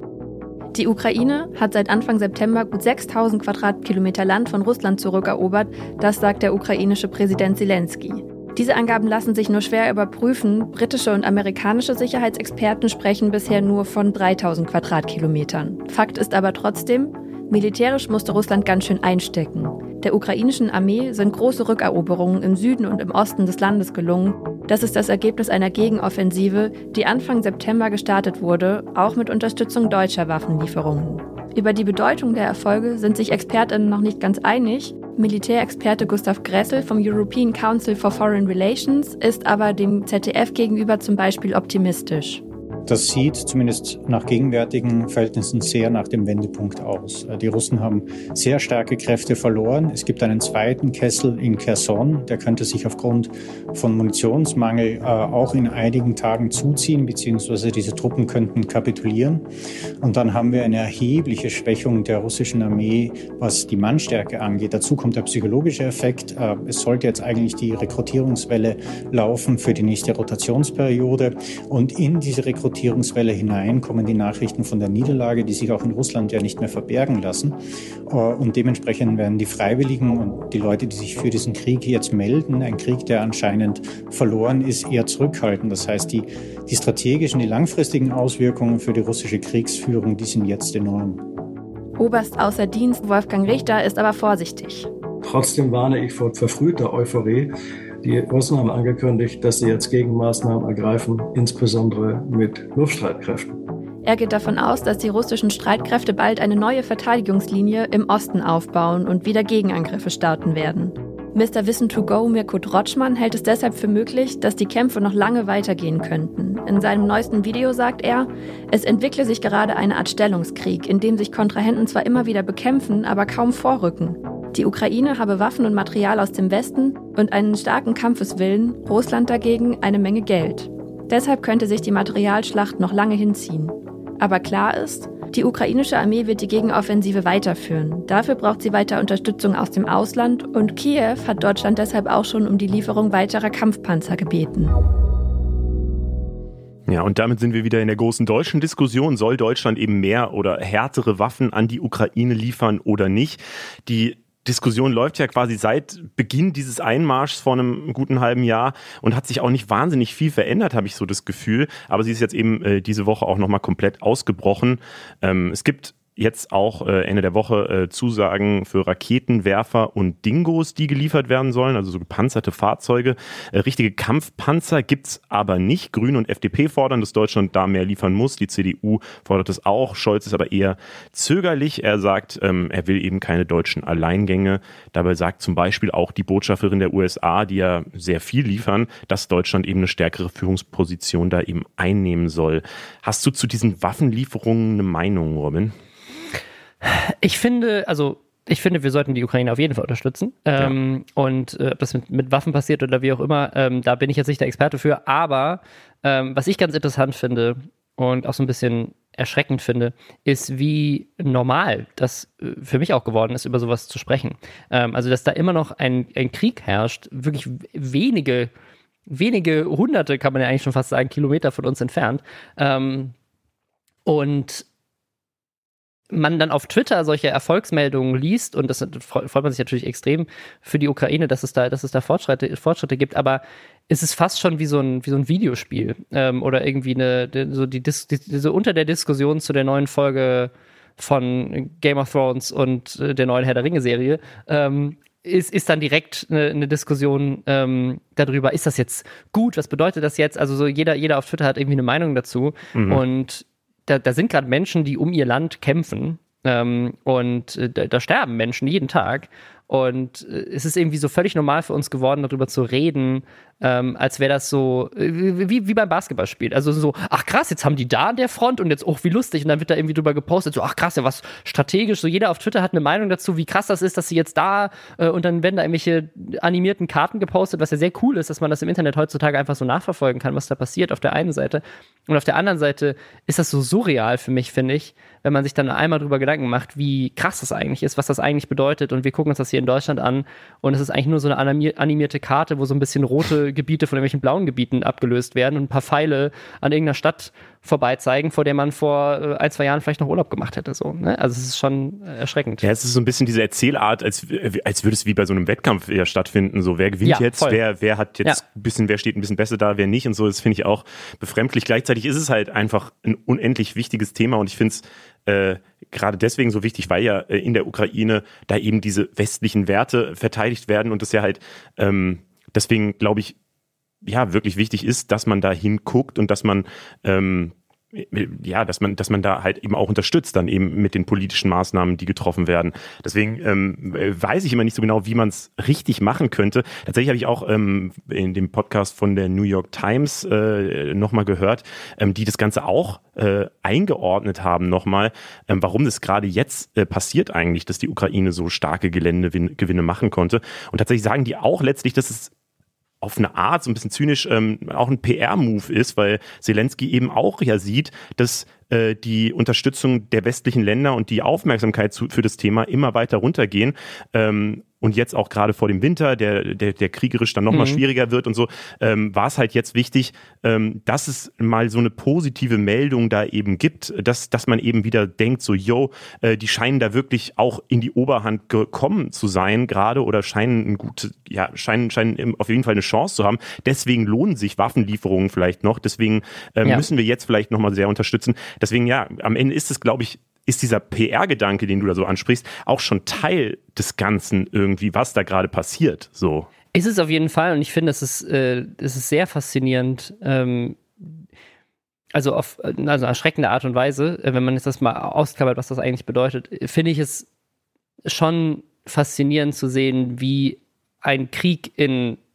Die Ukraine hat seit Anfang September gut 6.000 Quadratkilometer Land von Russland zurückerobert, das sagt der ukrainische Präsident Zelensky. Diese Angaben lassen sich nur schwer überprüfen. Britische und amerikanische Sicherheitsexperten sprechen bisher nur von 3.000 Quadratkilometern. Fakt ist aber trotzdem, militärisch musste Russland ganz schön einstecken. Der ukrainischen Armee sind große Rückeroberungen im Süden und im Osten des Landes gelungen. Das ist das Ergebnis einer Gegenoffensive, die Anfang September gestartet wurde, auch mit Unterstützung deutscher Waffenlieferungen. Über die Bedeutung der Erfolge sind sich ExpertInnen noch nicht ganz einig. Militärexperte Gustav Gressel vom European Council for Foreign Relations ist aber dem ZDF gegenüber zum Beispiel optimistisch. Das sieht zumindest nach gegenwärtigen Verhältnissen sehr nach dem Wendepunkt aus. Die Russen haben sehr starke Kräfte verloren. Es gibt einen zweiten Kessel in Cherson, der könnte sich aufgrund von Munitionsmangel auch in einigen Tagen zuziehen, beziehungsweise diese Truppen könnten kapitulieren. Und dann haben wir eine erhebliche Schwächung der russischen Armee, was die Mannstärke angeht. Dazu kommt der psychologische Effekt. Es sollte jetzt eigentlich die Rekrutierungswelle laufen für die nächste Rotationsperiode. Und in diese Rekrutierungswelle hinein kommen die Nachrichten von der Niederlage, die sich auch in Russland ja nicht mehr verbergen lassen. Und dementsprechend werden die Freiwilligen und die Leute, die sich für diesen Krieg jetzt melden, ein Krieg, der anscheinend verloren ist, eher zurückhalten. Das heißt, die strategischen, die langfristigen Auswirkungen für die russische Kriegsführung, die sind jetzt enorm. Oberst außer Dienst Wolfgang Richter ist aber vorsichtig. Trotzdem warne ich vor verfrühter Euphorie. Die Russen haben angekündigt, dass sie jetzt Gegenmaßnahmen ergreifen, insbesondere mit Luftstreitkräften. Er geht davon aus, dass die russischen Streitkräfte bald eine neue Verteidigungslinie im Osten aufbauen und wieder Gegenangriffe starten werden. Mr. Wissen2Go Mirko Drotschmann hält es deshalb für möglich, dass die Kämpfe noch lange weitergehen könnten. In seinem neuesten Video sagt er, es entwickle sich gerade eine Art Stellungskrieg, in dem sich Kontrahenten zwar immer wieder bekämpfen, aber kaum vorrücken. Die Ukraine habe Waffen und Material aus dem Westen und einen starken Kampfeswillen, Russland dagegen eine Menge Geld. Deshalb könnte sich die Materialschlacht noch lange hinziehen. Aber klar ist, die ukrainische Armee wird die Gegenoffensive weiterführen. Dafür braucht sie weiter Unterstützung aus dem Ausland und Kiew hat Deutschland deshalb auch schon um die Lieferung weiterer Kampfpanzer gebeten. Ja, und damit sind wir wieder in der großen deutschen Diskussion. Soll Deutschland eben mehr oder härtere Waffen an die Ukraine liefern oder nicht? Die Diskussion läuft ja quasi seit Beginn dieses Einmarschs vor einem guten halben Jahr und hat sich auch nicht wahnsinnig viel verändert, habe ich so das Gefühl. Aber sie ist jetzt eben diese Woche auch nochmal komplett ausgebrochen. Es gibt jetzt auch Ende der Woche Zusagen für Raketenwerfer und Dingos, die geliefert werden sollen, also so gepanzerte Fahrzeuge. Richtige Kampfpanzer gibt's aber nicht. Grüne und FDP fordern, dass Deutschland da mehr liefern muss. Die CDU fordert es auch. Scholz ist aber eher zögerlich. Er sagt, er will eben keine deutschen Alleingänge. Dabei sagt zum Beispiel auch die Botschafterin der USA, die ja sehr viel liefern, dass Deutschland eben eine stärkere Führungsposition da eben einnehmen soll. Hast du zu diesen Waffenlieferungen eine Meinung, Robin? Ich finde, wir sollten die Ukraine auf jeden Fall unterstützen. Und ob das mit Waffen passiert oder wie auch immer, da bin ich jetzt nicht der Experte für. Aber was ich ganz interessant finde und auch so ein bisschen erschreckend finde, ist, wie normal das für mich auch geworden ist, über sowas zu sprechen. Also, dass da immer noch ein Krieg herrscht, wirklich wenige Hunderte, kann man ja eigentlich schon fast sagen, Kilometer von uns entfernt. Und man dann auf Twitter solche Erfolgsmeldungen liest, und das freut man sich natürlich extrem für die Ukraine, dass es da Fortschritte gibt, aber es ist fast schon wie so ein Videospiel oder irgendwie so unter der Diskussion zu der neuen Folge von Game of Thrones und der neuen Herr der Ringe-Serie ist dann direkt eine Diskussion darüber, ist das jetzt gut, was bedeutet das jetzt? Also so jeder auf Twitter hat irgendwie eine Meinung dazu und da sind gerade Menschen, die um ihr Land kämpfen und da sterben Menschen jeden Tag und es ist irgendwie so völlig normal für uns geworden, darüber zu reden, als wäre das so, wie beim Basketballspiel. Also so, ach krass, jetzt haben die da an der Front und jetzt, oh, wie lustig. Und dann wird da irgendwie drüber gepostet, so, ach krass, ja, was strategisch. So, jeder auf Twitter hat eine Meinung dazu, wie krass das ist, dass sie jetzt da und dann werden da irgendwelche animierten Karten gepostet, was ja sehr cool ist, dass man das im Internet heutzutage einfach so nachverfolgen kann, was da passiert auf der einen Seite. Und auf der anderen Seite ist das so surreal für mich, finde ich, wenn man sich dann einmal drüber Gedanken macht, wie krass das eigentlich ist, was das eigentlich bedeutet. Und wir gucken uns das hier in Deutschland an und es ist eigentlich nur so eine animierte Karte, wo so ein bisschen rote Gebiete von irgendwelchen blauen Gebieten abgelöst werden und ein paar Pfeile an irgendeiner Stadt vorbeizeigen, vor der man vor 1-2 Jahren vielleicht noch Urlaub gemacht hätte. So, ne? Also es ist schon erschreckend. Ja, es ist so ein bisschen diese Erzählart, als würde es wie bei so einem Wettkampf eher stattfinden. So, wer gewinnt jetzt, wer hat jetzt wer steht ein bisschen besser da, wer nicht und so. Das finde ich auch befremdlich. Gleichzeitig ist es halt einfach ein unendlich wichtiges Thema und ich finde es gerade deswegen so wichtig, weil ja in der Ukraine da eben diese westlichen Werte verteidigt werden und das ja halt deswegen, glaube ich, ja, wirklich wichtig ist, dass man da hinguckt und dass man dass man da halt eben auch unterstützt, dann eben mit den politischen Maßnahmen, die getroffen werden. Deswegen weiß ich immer nicht so genau, wie man es richtig machen könnte. Tatsächlich habe ich auch in dem Podcast von der New York Times nochmal gehört, die das Ganze auch eingeordnet haben nochmal, warum das gerade jetzt passiert eigentlich, dass die Ukraine so starke Geländegewinne machen konnte. Und tatsächlich sagen die auch letztlich, dass es auf eine Art, so ein bisschen zynisch, auch ein PR-Move ist, weil Zelensky eben auch ja sieht, dass die Unterstützung der westlichen Länder und die Aufmerksamkeit für das Thema immer weiter runtergehen. Und jetzt auch gerade vor dem Winter, der kriegerisch dann nochmal schwieriger wird und so, war es halt jetzt wichtig, dass es mal so eine positive Meldung da eben gibt, dass man eben wieder denkt, so, die scheinen da wirklich auch in die Oberhand gekommen zu sein gerade oder scheinen auf jeden Fall eine Chance zu haben. Deswegen lohnen sich Waffenlieferungen vielleicht noch. Deswegen müssen wir jetzt vielleicht nochmal sehr unterstützen. Deswegen, am Ende ist es, glaube ich, ist dieser PR-Gedanke, den du da so ansprichst, auch schon Teil des Ganzen irgendwie, was da gerade passiert. So. Ist es auf jeden Fall und ich finde, es ist sehr faszinierend, also auf eine erschreckende Art und Weise, wenn man jetzt das mal ausklammert, was das eigentlich bedeutet, finde ich es schon faszinierend zu sehen, wie ein Krieg in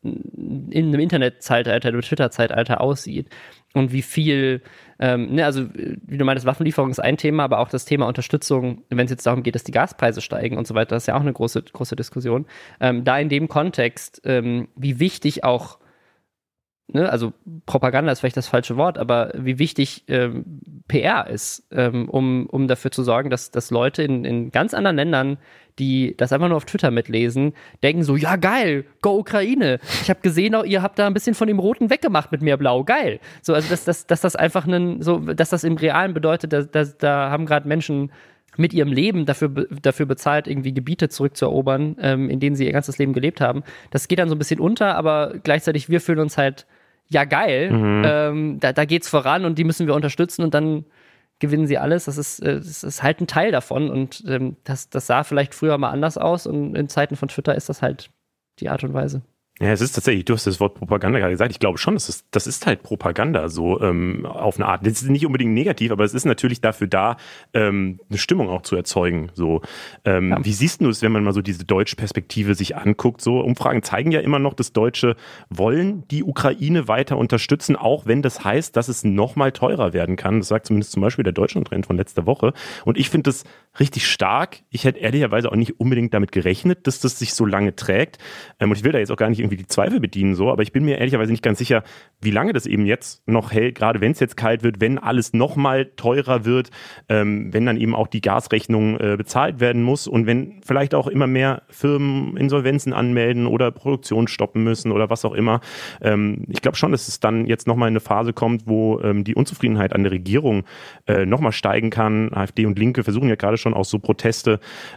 in einem Internetzeitalter, einem Twitter-Zeitalter aussieht und wie viel, also wie du meintest, Waffenlieferung ist ein Thema, aber auch das Thema Unterstützung, wenn es jetzt darum geht, dass die Gaspreise steigen und so weiter, das ist ja auch eine große Diskussion. Da in dem Kontext, wie wichtig auch, also Propaganda ist vielleicht das falsche Wort, aber wie wichtig PR ist, um dafür zu sorgen, dass Leute in ganz anderen Ländern, die das einfach nur auf Twitter mitlesen, denken so, ja geil, go Ukraine. Ich habe gesehen, ihr habt da ein bisschen von dem Roten weggemacht mit mehr Blau, geil. So, also dass das einfach dass das im Realen bedeutet, dass da haben gerade Menschen mit ihrem Leben dafür bezahlt, irgendwie Gebiete zurückzuerobern, in denen sie ihr ganzes Leben gelebt haben. Das geht dann so ein bisschen unter, aber gleichzeitig wir fühlen uns halt, ja geil, da geht's voran und die müssen wir unterstützen und dann gewinnen sie alles. Das ist halt ein Teil davon und das sah vielleicht früher mal anders aus und in Zeiten von Twitter ist das halt die Art und Weise. Ja, es ist tatsächlich, du hast das Wort Propaganda gerade gesagt, ich glaube schon, das ist halt Propaganda so auf eine Art. Das ist nicht unbedingt negativ, aber es ist natürlich dafür da, eine Stimmung auch zu erzeugen. So, ja. Wie siehst du es, wenn man mal so diese deutsche Perspektive sich anguckt? So Umfragen zeigen ja immer noch, dass Deutsche wollen die Ukraine weiter unterstützen, auch wenn das heißt, dass es noch mal teurer werden kann. Das sagt zumindest zum Beispiel der Deutschland-Trend von letzter Woche. Und ich finde das richtig stark. Ich hätte ehrlicherweise auch nicht unbedingt damit gerechnet, dass das sich so lange trägt. Und ich will da jetzt auch gar nicht irgendwie die Zweifel bedienen, so, aber ich bin mir ehrlicherweise nicht ganz sicher, wie lange das eben jetzt noch hält, gerade wenn es jetzt kalt wird, wenn alles nochmal teurer wird, wenn dann eben auch die Gasrechnung bezahlt werden muss und wenn vielleicht auch immer mehr Firmen Insolvenzen anmelden oder Produktion stoppen müssen oder was auch immer. Ich glaube schon, dass es dann jetzt nochmal in eine Phase kommt, wo die Unzufriedenheit an der Regierung nochmal steigen kann. AfD und Linke versuchen ja gerade schon auch so Proteste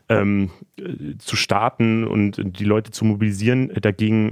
zu starten und die Leute zu mobilisieren, dagegen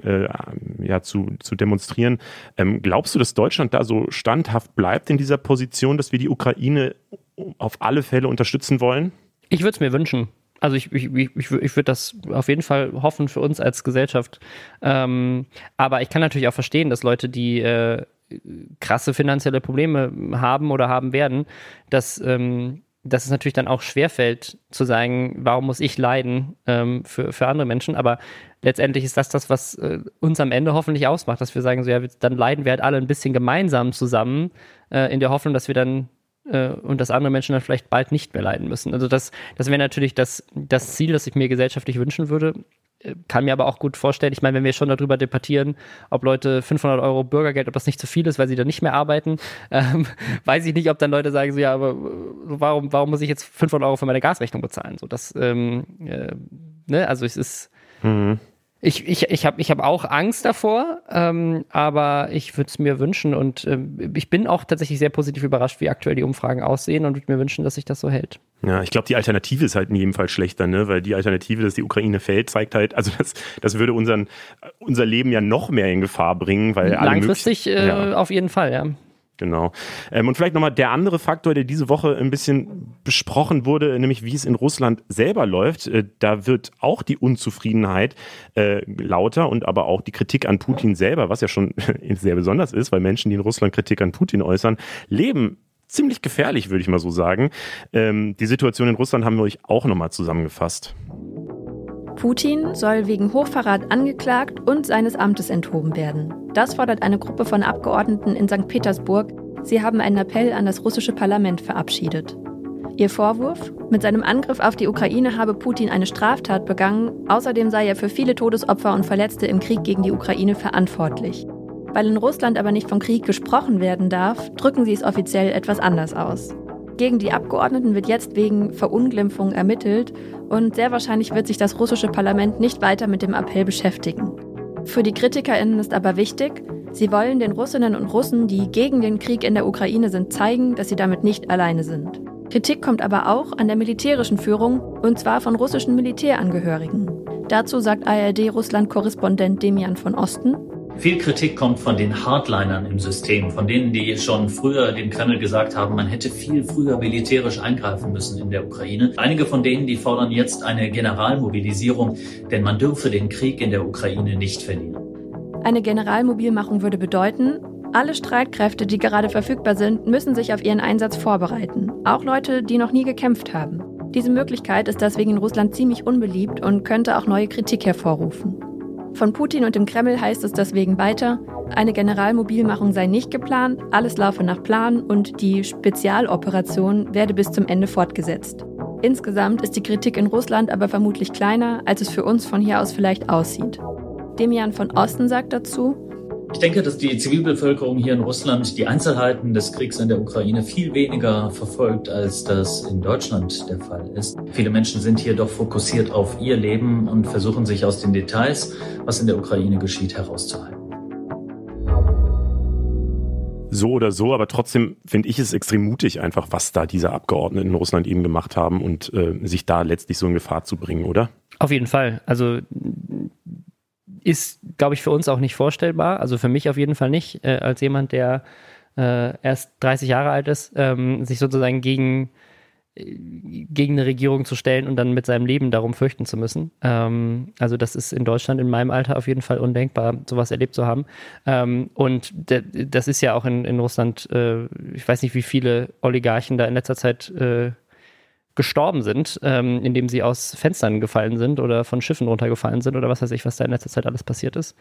zu demonstrieren. Glaubst du, dass Deutschland da so standhaft bleibt in dieser Position, dass wir die Ukraine auf alle Fälle unterstützen wollen? Ich würde es mir wünschen. Also ich würde das auf jeden Fall hoffen für uns als Gesellschaft. Aber ich kann natürlich auch verstehen, dass Leute, die krasse finanzielle Probleme haben oder haben werden, dass es natürlich dann auch schwerfällt zu sagen, warum muss ich leiden für andere Menschen, aber letztendlich ist das, was uns am Ende hoffentlich ausmacht, dass wir sagen, so ja, dann leiden wir halt alle ein bisschen gemeinsam zusammen, in der Hoffnung, dass wir dann und dass andere Menschen dann vielleicht bald nicht mehr leiden müssen. Also das wäre natürlich das Ziel, das ich mir gesellschaftlich wünschen würde. Kann mir aber auch gut vorstellen, ich meine, wenn wir schon darüber debattieren, ob Leute 500 € Bürgergeld, ob das nicht zu viel ist, weil sie dann nicht mehr arbeiten, weiß ich nicht, ob dann Leute sagen, so ja, aber warum muss ich jetzt 500 € für meine Gasrechnung bezahlen? So, das, also es ist, ich hab auch Angst davor, aber ich würde es mir wünschen und ich bin auch tatsächlich sehr positiv überrascht, wie aktuell die Umfragen aussehen und würde mir wünschen, dass sich das so hält. Ja, ich glaube, die Alternative ist halt in jedem Fall schlechter, ne? Weil die Alternative, dass die Ukraine fällt, zeigt halt, also das würde unser Leben ja noch mehr in Gefahr bringen, weil langfristig auf jeden Fall, ja. Genau. Und vielleicht nochmal der andere Faktor, der diese Woche ein bisschen besprochen wurde, nämlich wie es in Russland selber läuft. Da wird auch die Unzufriedenheit lauter und aber auch die Kritik an Putin selber, was ja schon sehr besonders ist, weil Menschen, die in Russland Kritik an Putin äußern, leben ziemlich gefährlich, würde ich mal so sagen. Die Situation in Russland haben wir euch auch nochmal zusammengefasst. Putin soll wegen Hochverrat angeklagt und seines Amtes enthoben werden. Das fordert eine Gruppe von Abgeordneten in St. Petersburg. Sie haben einen Appell an das russische Parlament verabschiedet. Ihr Vorwurf? Mit seinem Angriff auf die Ukraine habe Putin eine Straftat begangen. Außerdem sei er für viele Todesopfer und Verletzte im Krieg gegen die Ukraine verantwortlich. Weil in Russland aber nicht vom Krieg gesprochen werden darf, drücken sie es offiziell etwas anders aus. Gegen die Abgeordneten wird jetzt wegen Verunglimpfung ermittelt und sehr wahrscheinlich wird sich das russische Parlament nicht weiter mit dem Appell beschäftigen. Für die KritikerInnen ist aber wichtig, sie wollen den Russinnen und Russen, die gegen den Krieg in der Ukraine sind, zeigen, dass sie damit nicht alleine sind. Kritik kommt aber auch an der militärischen Führung, und zwar von russischen Militärangehörigen. Dazu sagt ARD-Russland-Korrespondent Demian von Osten: Viel Kritik kommt von den Hardlinern im System, von denen, die schon früher dem Kreml gesagt haben, man hätte viel früher militärisch eingreifen müssen in der Ukraine. Einige von denen, die fordern jetzt eine Generalmobilisierung, denn man dürfe den Krieg in der Ukraine nicht verlieren. Eine Generalmobilmachung würde bedeuten, alle Streitkräfte, die gerade verfügbar sind, müssen sich auf ihren Einsatz vorbereiten. Auch Leute, die noch nie gekämpft haben. Diese Möglichkeit ist deswegen in Russland ziemlich unbeliebt und könnte auch neue Kritik hervorrufen. Von Putin und dem Kreml heißt es deswegen weiter, eine Generalmobilmachung sei nicht geplant, alles laufe nach Plan und die Spezialoperation werde bis zum Ende fortgesetzt. Insgesamt ist die Kritik in Russland aber vermutlich kleiner, als es für uns von hier aus vielleicht aussieht. Demian von Osten sagt dazu: Ich denke, dass die Zivilbevölkerung hier in Russland die Einzelheiten des Kriegs in der Ukraine viel weniger verfolgt, als das in Deutschland der Fall ist. Viele Menschen sind hier doch fokussiert auf ihr Leben und versuchen sich aus den Details, was in der Ukraine geschieht, herauszuhalten. So oder so, aber trotzdem finde ich es extrem mutig einfach, was da diese Abgeordneten in Russland eben gemacht haben und sich da letztlich so in Gefahr zu bringen, oder? Auf jeden Fall. Also ist, glaube ich, für uns auch nicht vorstellbar. Also für mich auf jeden Fall nicht, als jemand, der erst 30 Jahre alt ist, sich sozusagen gegen eine Regierung zu stellen und dann mit seinem Leben darum fürchten zu müssen. Also das ist in Deutschland in meinem Alter auf jeden Fall undenkbar, sowas erlebt zu haben. Und das ist ja auch in Russland, ich weiß nicht, wie viele Oligarchen da in letzter Zeit gestorben sind, indem sie aus Fenstern gefallen sind oder von Schiffen runtergefallen sind oder was weiß ich, was da in letzter Zeit alles passiert ist.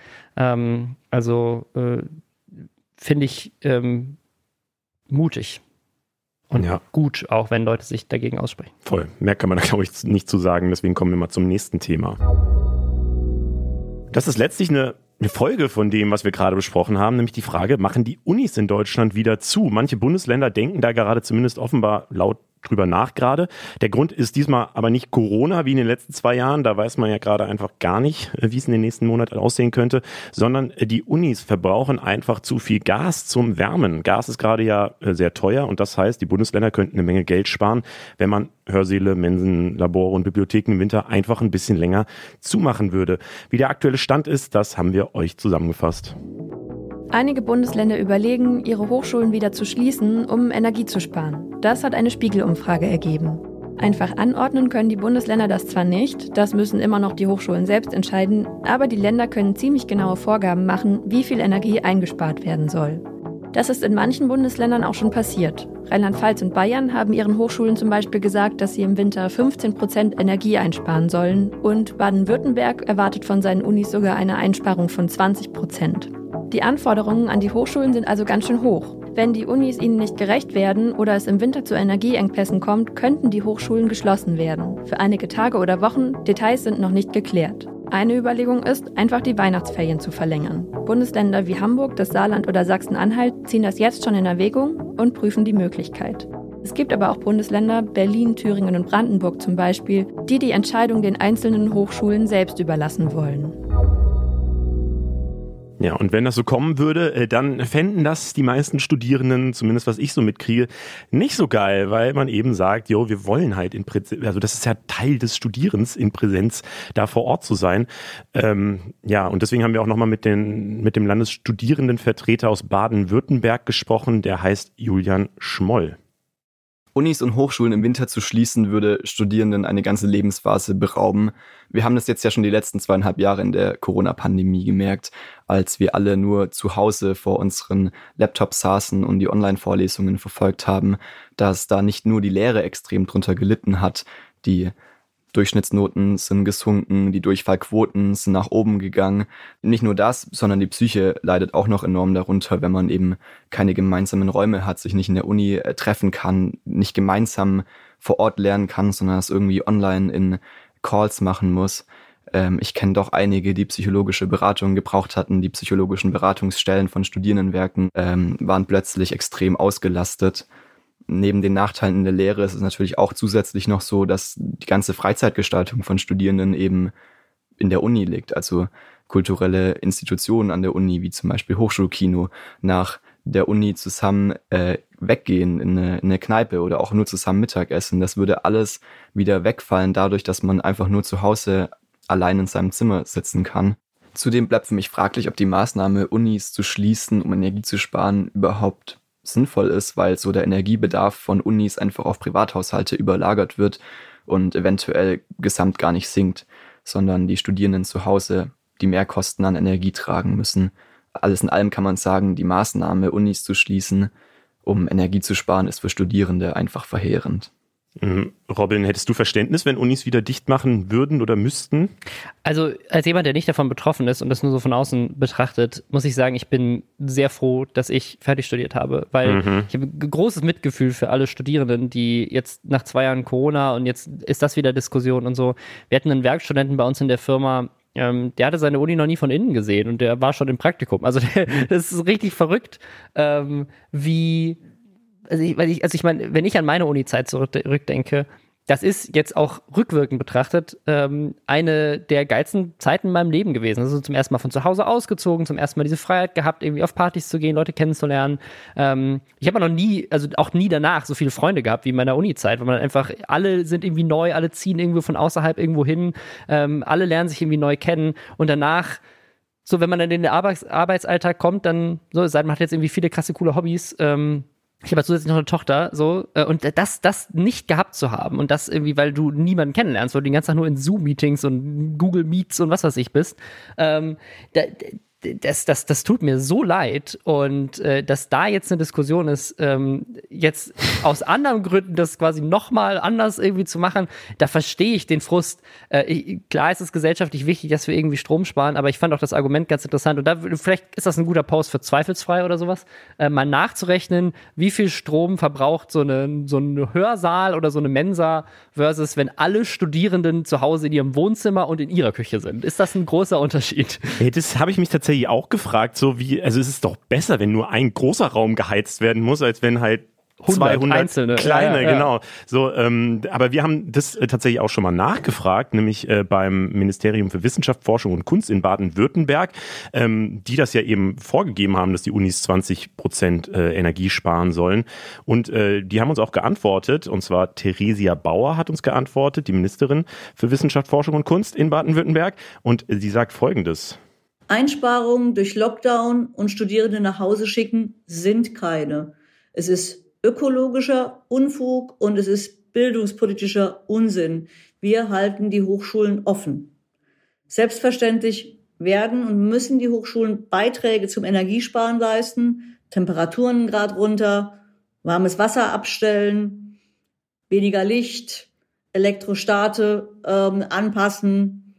Finde ich mutig. Und gut, auch wenn Leute sich dagegen aussprechen. Voll. Mehr kann man da, glaube ich, nicht zu sagen. Deswegen kommen wir mal zum nächsten Thema. Das ist letztlich eine Folge von dem, was wir gerade besprochen haben, nämlich die Frage, machen die Unis in Deutschland wieder zu? Manche Bundesländer denken da gerade zumindest offenbar laut drüber nach gerade. Der Grund ist diesmal aber nicht Corona wie in den letzten 2 Jahren, da weiß man ja gerade einfach gar nicht, wie es in den nächsten Monaten aussehen könnte, sondern die Unis verbrauchen einfach zu viel Gas zum Wärmen. Gas ist gerade ja sehr teuer und das heißt, die Bundesländer könnten eine Menge Geld sparen, wenn man Hörsäle, Mensen, Labore und Bibliotheken im Winter einfach ein bisschen länger zumachen würde. Wie der aktuelle Stand ist, das haben wir euch zusammengefasst. Einige Bundesländer überlegen, ihre Hochschulen wieder zu schließen, um Energie zu sparen. Das hat eine Spiegel-Umfrage ergeben. Einfach anordnen können die Bundesländer das zwar nicht, das müssen immer noch die Hochschulen selbst entscheiden, aber die Länder können ziemlich genaue Vorgaben machen, wie viel Energie eingespart werden soll. Das ist in manchen Bundesländern auch schon passiert. Rheinland-Pfalz und Bayern haben ihren Hochschulen zum Beispiel gesagt, dass sie im Winter 15% Energie einsparen sollen und Baden-Württemberg erwartet von seinen Unis sogar eine Einsparung von 20%. Die Anforderungen an die Hochschulen sind also ganz schön hoch. Wenn die Unis ihnen nicht gerecht werden oder es im Winter zu Energieengpässen kommt, könnten die Hochschulen geschlossen werden. Für einige Tage oder Wochen, Details sind noch nicht geklärt. Eine Überlegung ist, einfach die Weihnachtsferien zu verlängern. Bundesländer wie Hamburg, das Saarland oder Sachsen-Anhalt ziehen das jetzt schon in Erwägung und prüfen die Möglichkeit. Es gibt aber auch Bundesländer, Berlin, Thüringen und Brandenburg zum Beispiel, die Entscheidung den einzelnen Hochschulen selbst überlassen wollen. Ja, und wenn das so kommen würde, dann fänden das die meisten Studierenden, zumindest was ich so mitkriege, nicht so geil, weil man eben sagt, wir wollen halt in Präsenz, also das ist ja Teil des Studierens, in Präsenz da vor Ort zu sein. Und deswegen haben wir auch nochmal mit dem Landesstudierendenvertreter aus Baden-Württemberg gesprochen, der heißt Julian Schmoll. Unis und Hochschulen im Winter zu schließen, würde Studierenden eine ganze Lebensphase berauben. Wir haben das jetzt ja schon die letzten 2,5 Jahre in der Corona-Pandemie gemerkt, als wir alle nur zu Hause vor unseren Laptops saßen und die Online-Vorlesungen verfolgt haben, dass da nicht nur die Lehre extrem drunter gelitten hat, die Durchschnittsnoten sind gesunken, die Durchfallquoten sind nach oben gegangen. Nicht nur das, sondern die Psyche leidet auch noch enorm darunter, wenn man eben keine gemeinsamen Räume hat, sich nicht in der Uni treffen kann, nicht gemeinsam vor Ort lernen kann, sondern das irgendwie online in Calls machen muss. Ich kenne doch einige, die psychologische Beratung gebraucht hatten. Die psychologischen Beratungsstellen von Studierendenwerken waren plötzlich extrem ausgelastet. Neben den Nachteilen in der Lehre ist es natürlich auch zusätzlich noch so, dass die ganze Freizeitgestaltung von Studierenden eben in der Uni liegt. Also kulturelle Institutionen an der Uni, wie zum Beispiel Hochschulkino, nach der Uni zusammen weggehen in eine Kneipe oder auch nur zusammen Mittagessen. Das würde alles wieder wegfallen dadurch, dass man einfach nur zu Hause allein in seinem Zimmer sitzen kann. Zudem bleibt für mich fraglich, ob die Maßnahme, Unis zu schließen, um Energie zu sparen, überhaupt sinnvoll ist, weil so der Energiebedarf von Unis einfach auf Privathaushalte überlagert wird und eventuell gesamt gar nicht sinkt, sondern die Studierenden zu Hause die Mehrkosten an Energie tragen müssen. Alles in allem kann man sagen, die Maßnahme, Unis zu schließen, um Energie zu sparen, ist für Studierende einfach verheerend. Robin, hättest du Verständnis, wenn Unis wieder dicht machen würden oder müssten? Also als jemand, der nicht davon betroffen ist und das nur so von außen betrachtet, muss ich sagen, ich bin sehr froh, dass ich fertig studiert habe, weil ich habe ein großes Mitgefühl für alle Studierenden, die jetzt nach 2 Jahren Corona und jetzt ist das wieder Diskussion und so. Wir hatten einen Werkstudenten bei uns in der Firma, der hatte seine Uni noch nie von innen gesehen und der war schon im Praktikum. Also das ist richtig verrückt, wie... Ich meine, wenn ich an meine Uni-Zeit zurückdenke, das ist jetzt auch rückwirkend betrachtet eine der geilsten Zeiten in meinem Leben gewesen. Also zum ersten Mal von zu Hause ausgezogen, zum ersten Mal diese Freiheit gehabt, irgendwie auf Partys zu gehen, Leute kennenzulernen. Ich habe noch nie, also auch nie danach so viele Freunde gehabt wie in meiner Uni-Zeit, weil man einfach, alle sind irgendwie neu, alle ziehen irgendwo von außerhalb irgendwo hin, alle lernen sich irgendwie neu kennen und danach so, wenn man dann in den Arbeitsalltag kommt, dann so, man hat jetzt irgendwie viele krasse, coole Hobbys, ich habe zusätzlich noch eine Tochter, so, und das nicht gehabt zu haben und das irgendwie, weil du niemanden kennenlernst, weil du den ganzen Tag nur in Zoom-Meetings und Google Meets und was weiß ich bist, das tut mir so leid und dass da jetzt eine Diskussion ist, jetzt aus anderen Gründen das quasi nochmal anders irgendwie zu machen, da verstehe ich den Frust. Klar ist es gesellschaftlich wichtig, dass wir irgendwie Strom sparen, aber ich fand auch das Argument ganz interessant und da vielleicht ist das ein guter Post für zweifelsfrei oder sowas, mal nachzurechnen, wie viel Strom verbraucht so ein Hörsaal oder so eine Mensa versus wenn alle Studierenden zu Hause in ihrem Wohnzimmer und in ihrer Küche sind. Ist das ein großer Unterschied? Hey, das habe ich mich tatsächlich auch gefragt, so wie, also es ist doch besser, wenn nur ein großer Raum geheizt werden muss, als wenn halt 200 einzelne kleine, genau. So, aber wir haben das tatsächlich auch schon mal nachgefragt, nämlich beim Ministerium für Wissenschaft, Forschung und Kunst in Baden-Württemberg, die das ja eben vorgegeben haben, dass die Unis 20% Energie sparen sollen. Und die haben uns auch geantwortet, und zwar Theresia Bauer hat uns geantwortet, die Ministerin für Wissenschaft, Forschung und Kunst in Baden-Württemberg. Und sie sagt Folgendes: Einsparungen durch Lockdown und Studierende nach Hause schicken sind keine. Es ist ökologischer Unfug und es ist bildungspolitischer Unsinn. Wir halten die Hochschulen offen. Selbstverständlich werden und müssen die Hochschulen Beiträge zum Energiesparen leisten, Temperaturengrad runter, warmes Wasser abstellen, weniger Licht, Elektrostate anpassen,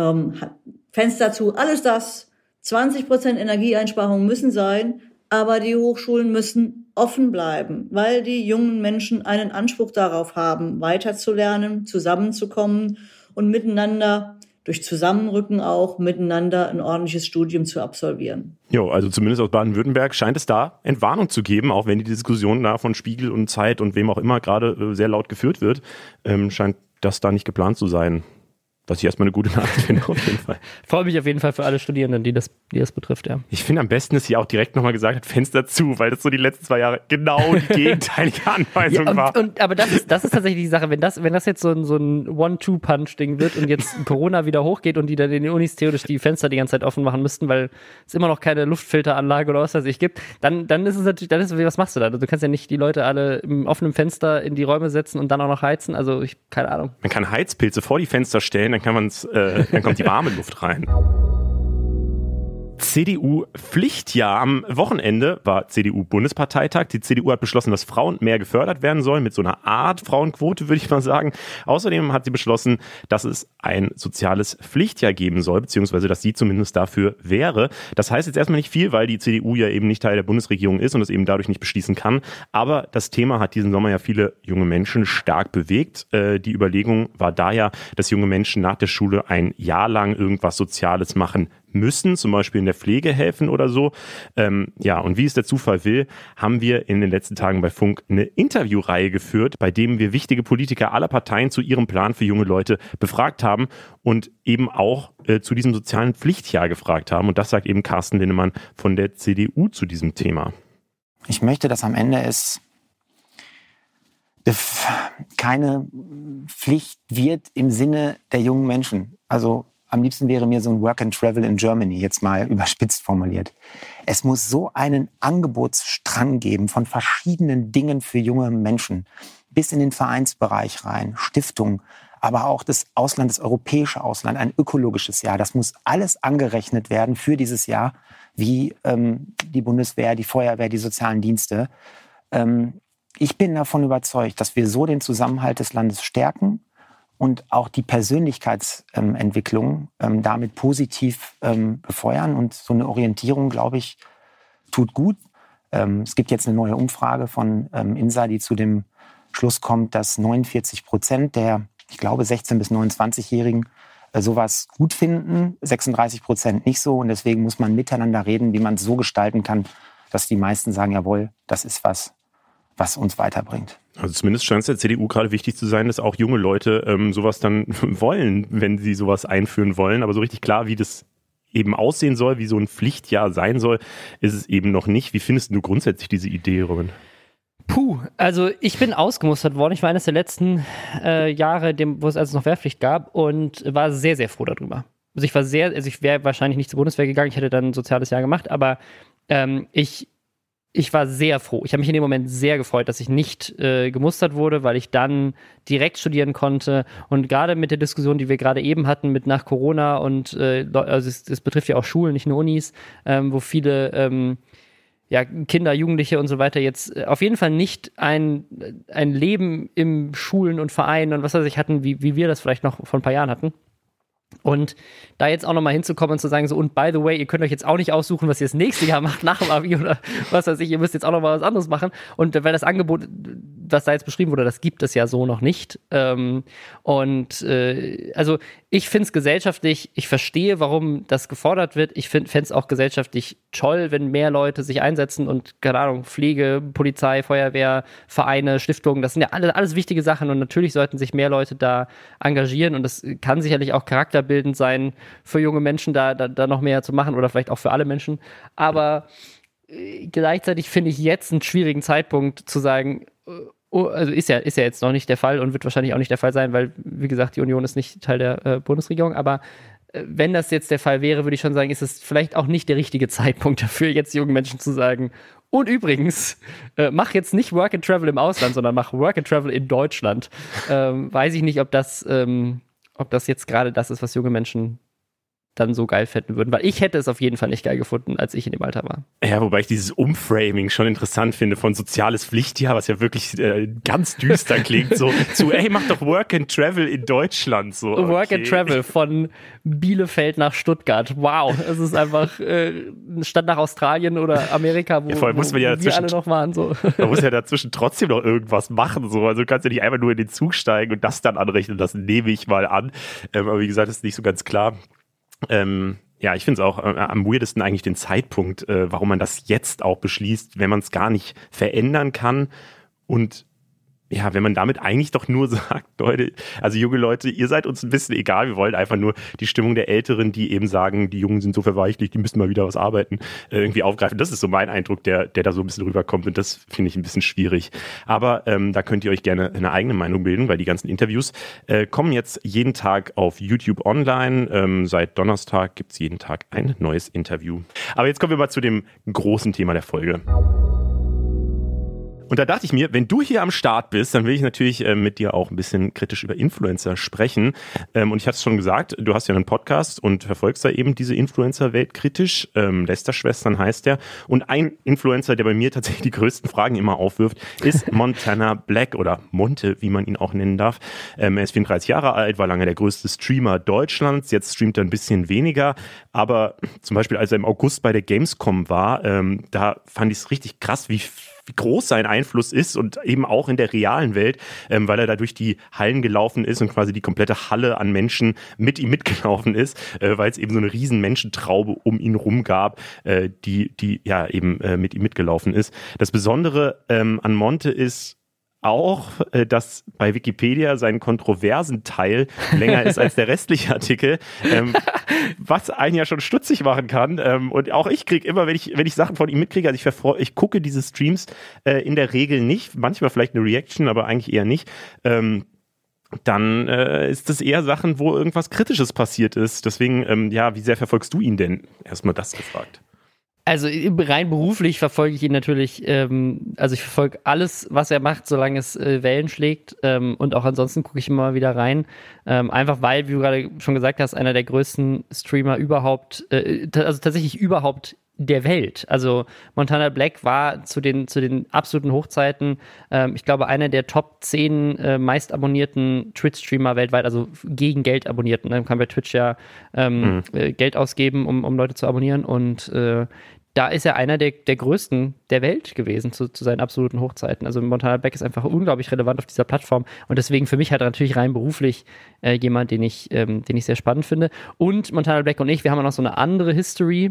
Fenster zu, alles das. 20% Energieeinsparungen müssen sein, aber die Hochschulen müssen offen bleiben, weil die jungen Menschen einen Anspruch darauf haben, weiterzulernen, zusammenzukommen und miteinander, durch Zusammenrücken auch, miteinander ein ordentliches Studium zu absolvieren. Jo, also zumindest aus Baden-Württemberg scheint es da Entwarnung zu geben, auch wenn die Diskussion da von Spiegel und Zeit und wem auch immer gerade sehr laut geführt wird, scheint das da nicht geplant zu sein. Was ich erstmal eine gute Nachricht finde, auf jeden Fall. Freue mich auf jeden Fall für alle Studierenden, die das betrifft, ja. Ich finde am besten, dass sie auch direkt nochmal gesagt hat, Fenster zu, weil das so die letzten 2 Jahre genau die gegenteilige Anweisung war. Aber das ist tatsächlich die Sache, wenn das jetzt so ein One-Two-Punch-Ding wird und jetzt Corona wieder hochgeht und die dann in den Unis theoretisch die Fenster die ganze Zeit offen machen müssten, weil es immer noch keine Luftfilteranlage oder was weiß ich gibt, dann ist es natürlich, was machst du da? Du kannst ja nicht die Leute alle im offenen Fenster in die Räume setzen und dann auch noch heizen, also keine Ahnung. Man kann Heizpilze vor die Fenster stellen, dann kommt die warme Luft rein. CDU-Pflichtjahr. Am Wochenende war CDU-Bundesparteitag. Die CDU hat beschlossen, dass Frauen mehr gefördert werden sollen, mit so einer Art Frauenquote, würde ich mal sagen. Außerdem hat sie beschlossen, dass es ein soziales Pflichtjahr geben soll, beziehungsweise dass sie zumindest dafür wäre. Das heißt jetzt erstmal nicht viel, weil die CDU ja eben nicht Teil der Bundesregierung ist und es eben dadurch nicht beschließen kann. Aber das Thema hat diesen Sommer ja viele junge Menschen stark bewegt. Die Überlegung war da ja, dass junge Menschen nach der Schule ein Jahr lang irgendwas Soziales machen müssen, zum Beispiel in der Pflege helfen oder so. Ja, und wie es der Zufall will, haben wir in den letzten Tagen bei Funk eine Interviewreihe geführt, bei dem wir wichtige Politiker aller Parteien zu ihrem Plan für junge Leute befragt haben und eben auch zu diesem sozialen Pflichtjahr gefragt haben. Und das sagt eben Carsten Linnemann von der CDU zu diesem Thema. Ich möchte, dass am Ende es keine Pflicht wird im Sinne der jungen Menschen. Also am liebsten wäre mir so ein Work and Travel in Germany, jetzt mal überspitzt formuliert. Es muss so einen Angebotsstrang geben von verschiedenen Dingen für junge Menschen, bis in den Vereinsbereich rein, Stiftungen, aber auch das Ausland, das europäische Ausland, ein ökologisches Jahr. Das muss alles angerechnet werden für dieses Jahr, wie die Bundeswehr, die Feuerwehr, die sozialen Dienste. ich bin davon überzeugt, dass wir so den Zusammenhalt des Landes stärken und auch die Persönlichkeitsentwicklung damit positiv befeuern. Und so eine Orientierung, glaube ich, tut gut. Es gibt jetzt eine neue Umfrage von INSA, die zu dem Schluss kommt, dass 49% der, ich glaube, 16- bis 29-Jährigen sowas gut finden, 36% nicht so. Und deswegen muss man miteinander reden, wie man es so gestalten kann, dass die meisten sagen, jawohl, das ist was uns weiterbringt. Also zumindest scheint es der CDU gerade wichtig zu sein, dass auch junge Leute sowas dann wollen, wenn sie sowas einführen wollen. Aber so richtig klar, wie das eben aussehen soll, wie so ein Pflichtjahr sein soll, ist es eben noch nicht. Wie findest du grundsätzlich diese Idee, Robin? Also ich bin ausgemustert worden. Ich war eines der letzten Jahre, wo es also noch Wehrpflicht gab und war sehr, sehr froh darüber. Also ich wäre wahrscheinlich nicht zur Bundeswehr gegangen, ich hätte dann ein soziales Jahr gemacht, aber ich war sehr froh. Ich habe mich in dem Moment sehr gefreut, dass ich nicht gemustert wurde, weil ich dann direkt studieren konnte. Und gerade mit der Diskussion, die wir gerade eben hatten, mit nach Corona und also es betrifft ja auch Schulen, nicht nur Unis, wo viele Kinder, Jugendliche und so weiter jetzt auf jeden Fall nicht ein Leben im Schulen und Vereinen und was weiß ich hatten, wie wir das vielleicht noch vor ein paar Jahren hatten. Und da jetzt auch nochmal hinzukommen und zu sagen, so, und by the way, ihr könnt euch jetzt auch nicht aussuchen, was ihr das nächste Jahr macht, nach dem Abi oder was weiß ich, ihr müsst jetzt auch nochmal was anderes machen. Und weil das Angebot, was da jetzt beschrieben wurde, das gibt es ja so noch nicht. Also ich finde es gesellschaftlich, ich verstehe, warum das gefordert wird. Ich fände es auch gesellschaftlich toll, wenn mehr Leute sich einsetzen und, keine Ahnung, Pflege, Polizei, Feuerwehr, Vereine, Stiftungen, das sind ja alles wichtige Sachen und natürlich sollten sich mehr Leute da engagieren und das kann sicherlich auch charakterbildend sein für junge Menschen, da noch mehr zu machen oder vielleicht auch für alle Menschen. Aber gleichzeitig finde ich jetzt einen schwierigen Zeitpunkt zu sagen, also ist ja jetzt noch nicht der Fall und wird wahrscheinlich auch nicht der Fall sein, weil, wie gesagt, die Union ist nicht Teil der Bundesregierung, aber wenn das jetzt der Fall wäre, würde ich schon sagen, ist es vielleicht auch nicht der richtige Zeitpunkt dafür, jetzt jungen Menschen zu sagen, und übrigens, mach jetzt nicht Work and Travel im Ausland, sondern mach Work and Travel in Deutschland. Weiß ich nicht, ob das jetzt gerade das ist, was junge Menschen dann so geil finden würden, weil ich hätte es auf jeden Fall nicht geil gefunden, als ich in dem Alter war. Ja, wobei ich dieses Umframing schon interessant finde von soziales Pflichtjahr, was ja wirklich ganz düster klingt, so zu, ey, mach doch Work and Travel in Deutschland. So, okay. Work and Travel von Bielefeld nach Stuttgart. Wow, es ist einfach statt nach Australien oder Amerika, wo wir alle noch waren. So. Man muss ja dazwischen trotzdem noch irgendwas machen. So. Also du kannst ja nicht einfach nur in den Zug steigen und das dann anrechnen, das nehme ich mal an. Aber wie gesagt, das ist nicht so ganz klar. Ja, ich finde es auch am weirdesten eigentlich den Zeitpunkt, warum man das jetzt auch beschließt, wenn man es gar nicht verändern kann und ja, wenn man damit eigentlich doch nur sagt, Leute, also junge Leute, ihr seid uns ein bisschen egal, wir wollen einfach nur die Stimmung der Älteren, die eben sagen, die Jungen sind so verweichlicht, die müssen mal wieder was arbeiten, irgendwie aufgreifen. Das ist so mein Eindruck, der da so ein bisschen rüberkommt und das finde ich ein bisschen schwierig. Aber da könnt ihr euch gerne eine eigene Meinung bilden, weil die ganzen Interviews kommen jetzt jeden Tag auf YouTube online. Seit Donnerstag gibt es jeden Tag ein neues Interview. Aber jetzt kommen wir mal zu dem großen Thema der Folge. Und da dachte ich mir, wenn du hier am Start bist, dann will ich natürlich mit dir auch ein bisschen kritisch über Influencer sprechen. Und ich hatte es schon gesagt, du hast ja einen Podcast und verfolgst da eben diese Influencer-Welt kritisch. Lästerschwestern heißt der. Und ein Influencer, der bei mir tatsächlich die größten Fragen immer aufwirft, ist Montana Black oder Monte, wie man ihn auch nennen darf. Er ist 34 Jahre alt, war lange der größte Streamer Deutschlands. Jetzt streamt er ein bisschen weniger. Aber zum Beispiel, als er im August bei der Gamescom war, da fand ich es richtig krass, wie groß sein Einfluss ist und eben auch in der realen Welt, weil er da durch die Hallen gelaufen ist und quasi die komplette Halle an Menschen mit ihm mitgelaufen ist, weil es eben so eine riesen Menschentraube um ihn rum gab, die ja eben mit ihm mitgelaufen ist. Das Besondere an Monte ist auch, dass bei Wikipedia sein kontroversen Teil länger ist als der restliche Artikel, was einen ja schon stutzig machen kann. Und auch ich kriege immer, wenn ich Sachen von ihm mitkriege, also ich gucke diese Streams in der Regel nicht, manchmal vielleicht eine Reaction, aber eigentlich eher nicht, dann ist das eher Sachen, wo irgendwas Kritisches passiert ist. Deswegen, ja, wie sehr verfolgst du ihn denn? Erstmal das gefragt. Also rein beruflich verfolge ich ihn natürlich, also ich verfolge alles, was er macht, solange es Wellen schlägt, und auch ansonsten gucke ich immer mal wieder rein, einfach weil, wie du gerade schon gesagt hast, einer der größten Streamer überhaupt, also tatsächlich überhaupt der Welt. Also Montana Black war zu den absoluten Hochzeiten, ich glaube, einer der Top 10 meist abonnierten Twitch-Streamer weltweit, also gegen Geld abonnierten. Man kann bei Twitch ja Geld ausgeben, um Leute zu abonnieren, und da ist er einer der größten der Welt gewesen zu seinen absoluten Hochzeiten. Also Montana Black ist einfach unglaublich relevant auf dieser Plattform und deswegen für mich halt natürlich rein beruflich jemand, den ich sehr spannend finde. Und Montana Black und ich, wir haben auch noch so eine andere History.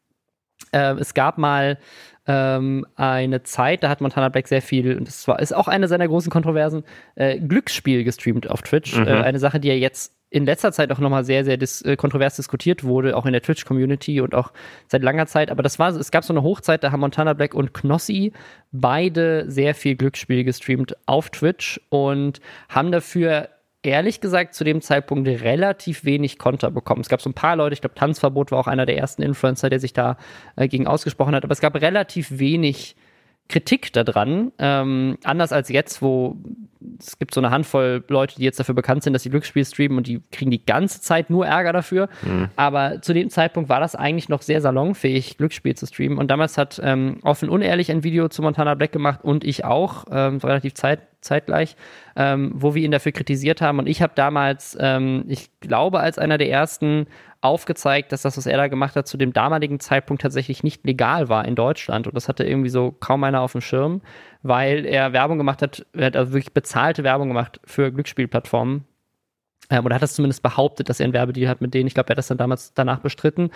Es gab mal eine Zeit, da hat Montana Black sehr viel, und das ist auch eine seiner großen Kontroversen, Glücksspiel gestreamt auf Twitch. Eine Sache, die er jetzt in letzter Zeit auch nochmal sehr, sehr kontrovers diskutiert wurde, auch in der Twitch-Community und auch seit langer Zeit. Aber es gab so eine Hochzeit, da haben Montana Black und Knossi beide sehr viel Glücksspiel gestreamt auf Twitch und haben dafür ehrlich gesagt zu dem Zeitpunkt relativ wenig Konter bekommen. Es gab so ein paar Leute, ich glaube Tanzverbot war auch einer der ersten Influencer, der sich da gegen ausgesprochen hat, aber es gab relativ wenig Kritik daran, anders als jetzt, wo es gibt so eine Handvoll Leute, die jetzt dafür bekannt sind, dass sie Glücksspiel streamen und die kriegen die ganze Zeit nur Ärger dafür. Aber zu dem Zeitpunkt war das eigentlich noch sehr salonfähig, Glücksspiel zu streamen. Und damals hat Offen Unehrlich ein Video zu Montana Black gemacht und ich auch, relativ zeitgleich, wo wir ihn dafür kritisiert haben. Und ich habe damals, ich glaube, als einer der ersten aufgezeigt, dass das, was er da gemacht hat, zu dem damaligen Zeitpunkt tatsächlich nicht legal war in Deutschland. Und das hatte irgendwie so kaum einer auf dem Schirm, weil er Werbung gemacht hat, er hat also wirklich bezahlte Werbung gemacht für Glücksspielplattformen. Oder hat das zumindest behauptet, dass er einen Werbedeal hat mit denen. Ich glaube, er hat das danach bestritten,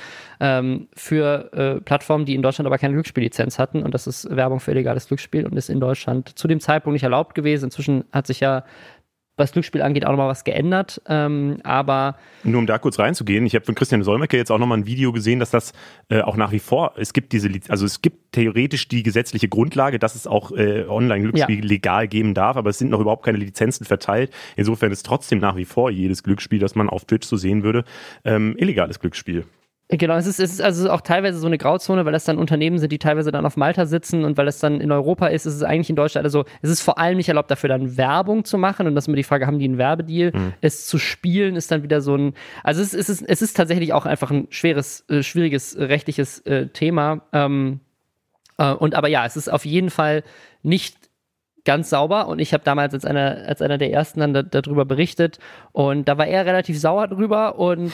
für Plattformen, die in Deutschland aber keine Glücksspiellizenz hatten. Und das ist Werbung für illegales Glücksspiel und ist in Deutschland zu dem Zeitpunkt nicht erlaubt gewesen. Inzwischen hat sich ja, was Glücksspiel angeht, auch nochmal was geändert. Aber nur um da kurz reinzugehen, ich habe von Christian Solmecke jetzt auch nochmal ein Video gesehen, dass das auch nach wie vor, es gibt theoretisch die gesetzliche Grundlage, dass es auch Online-Glücksspiel legal geben darf, aber es sind noch überhaupt keine Lizenzen verteilt. Insofern ist trotzdem nach wie vor jedes Glücksspiel, das man auf Twitch so sehen würde, illegales Glücksspiel. Genau, es ist also auch teilweise so eine Grauzone, weil das dann Unternehmen sind, die teilweise dann auf Malta sitzen und weil es dann in Europa ist es eigentlich in Deutschland, also es ist vor allem nicht erlaubt, dafür dann Werbung zu machen und das ist immer die Frage, haben die einen Werbedeal? Es zu spielen ist dann wieder so ein, also es ist tatsächlich auch einfach ein schwieriges rechtliches Thema aber ja, es ist auf jeden Fall nicht ganz sauber und ich habe damals als einer der ersten dann darüber berichtet und da war er relativ sauer drüber und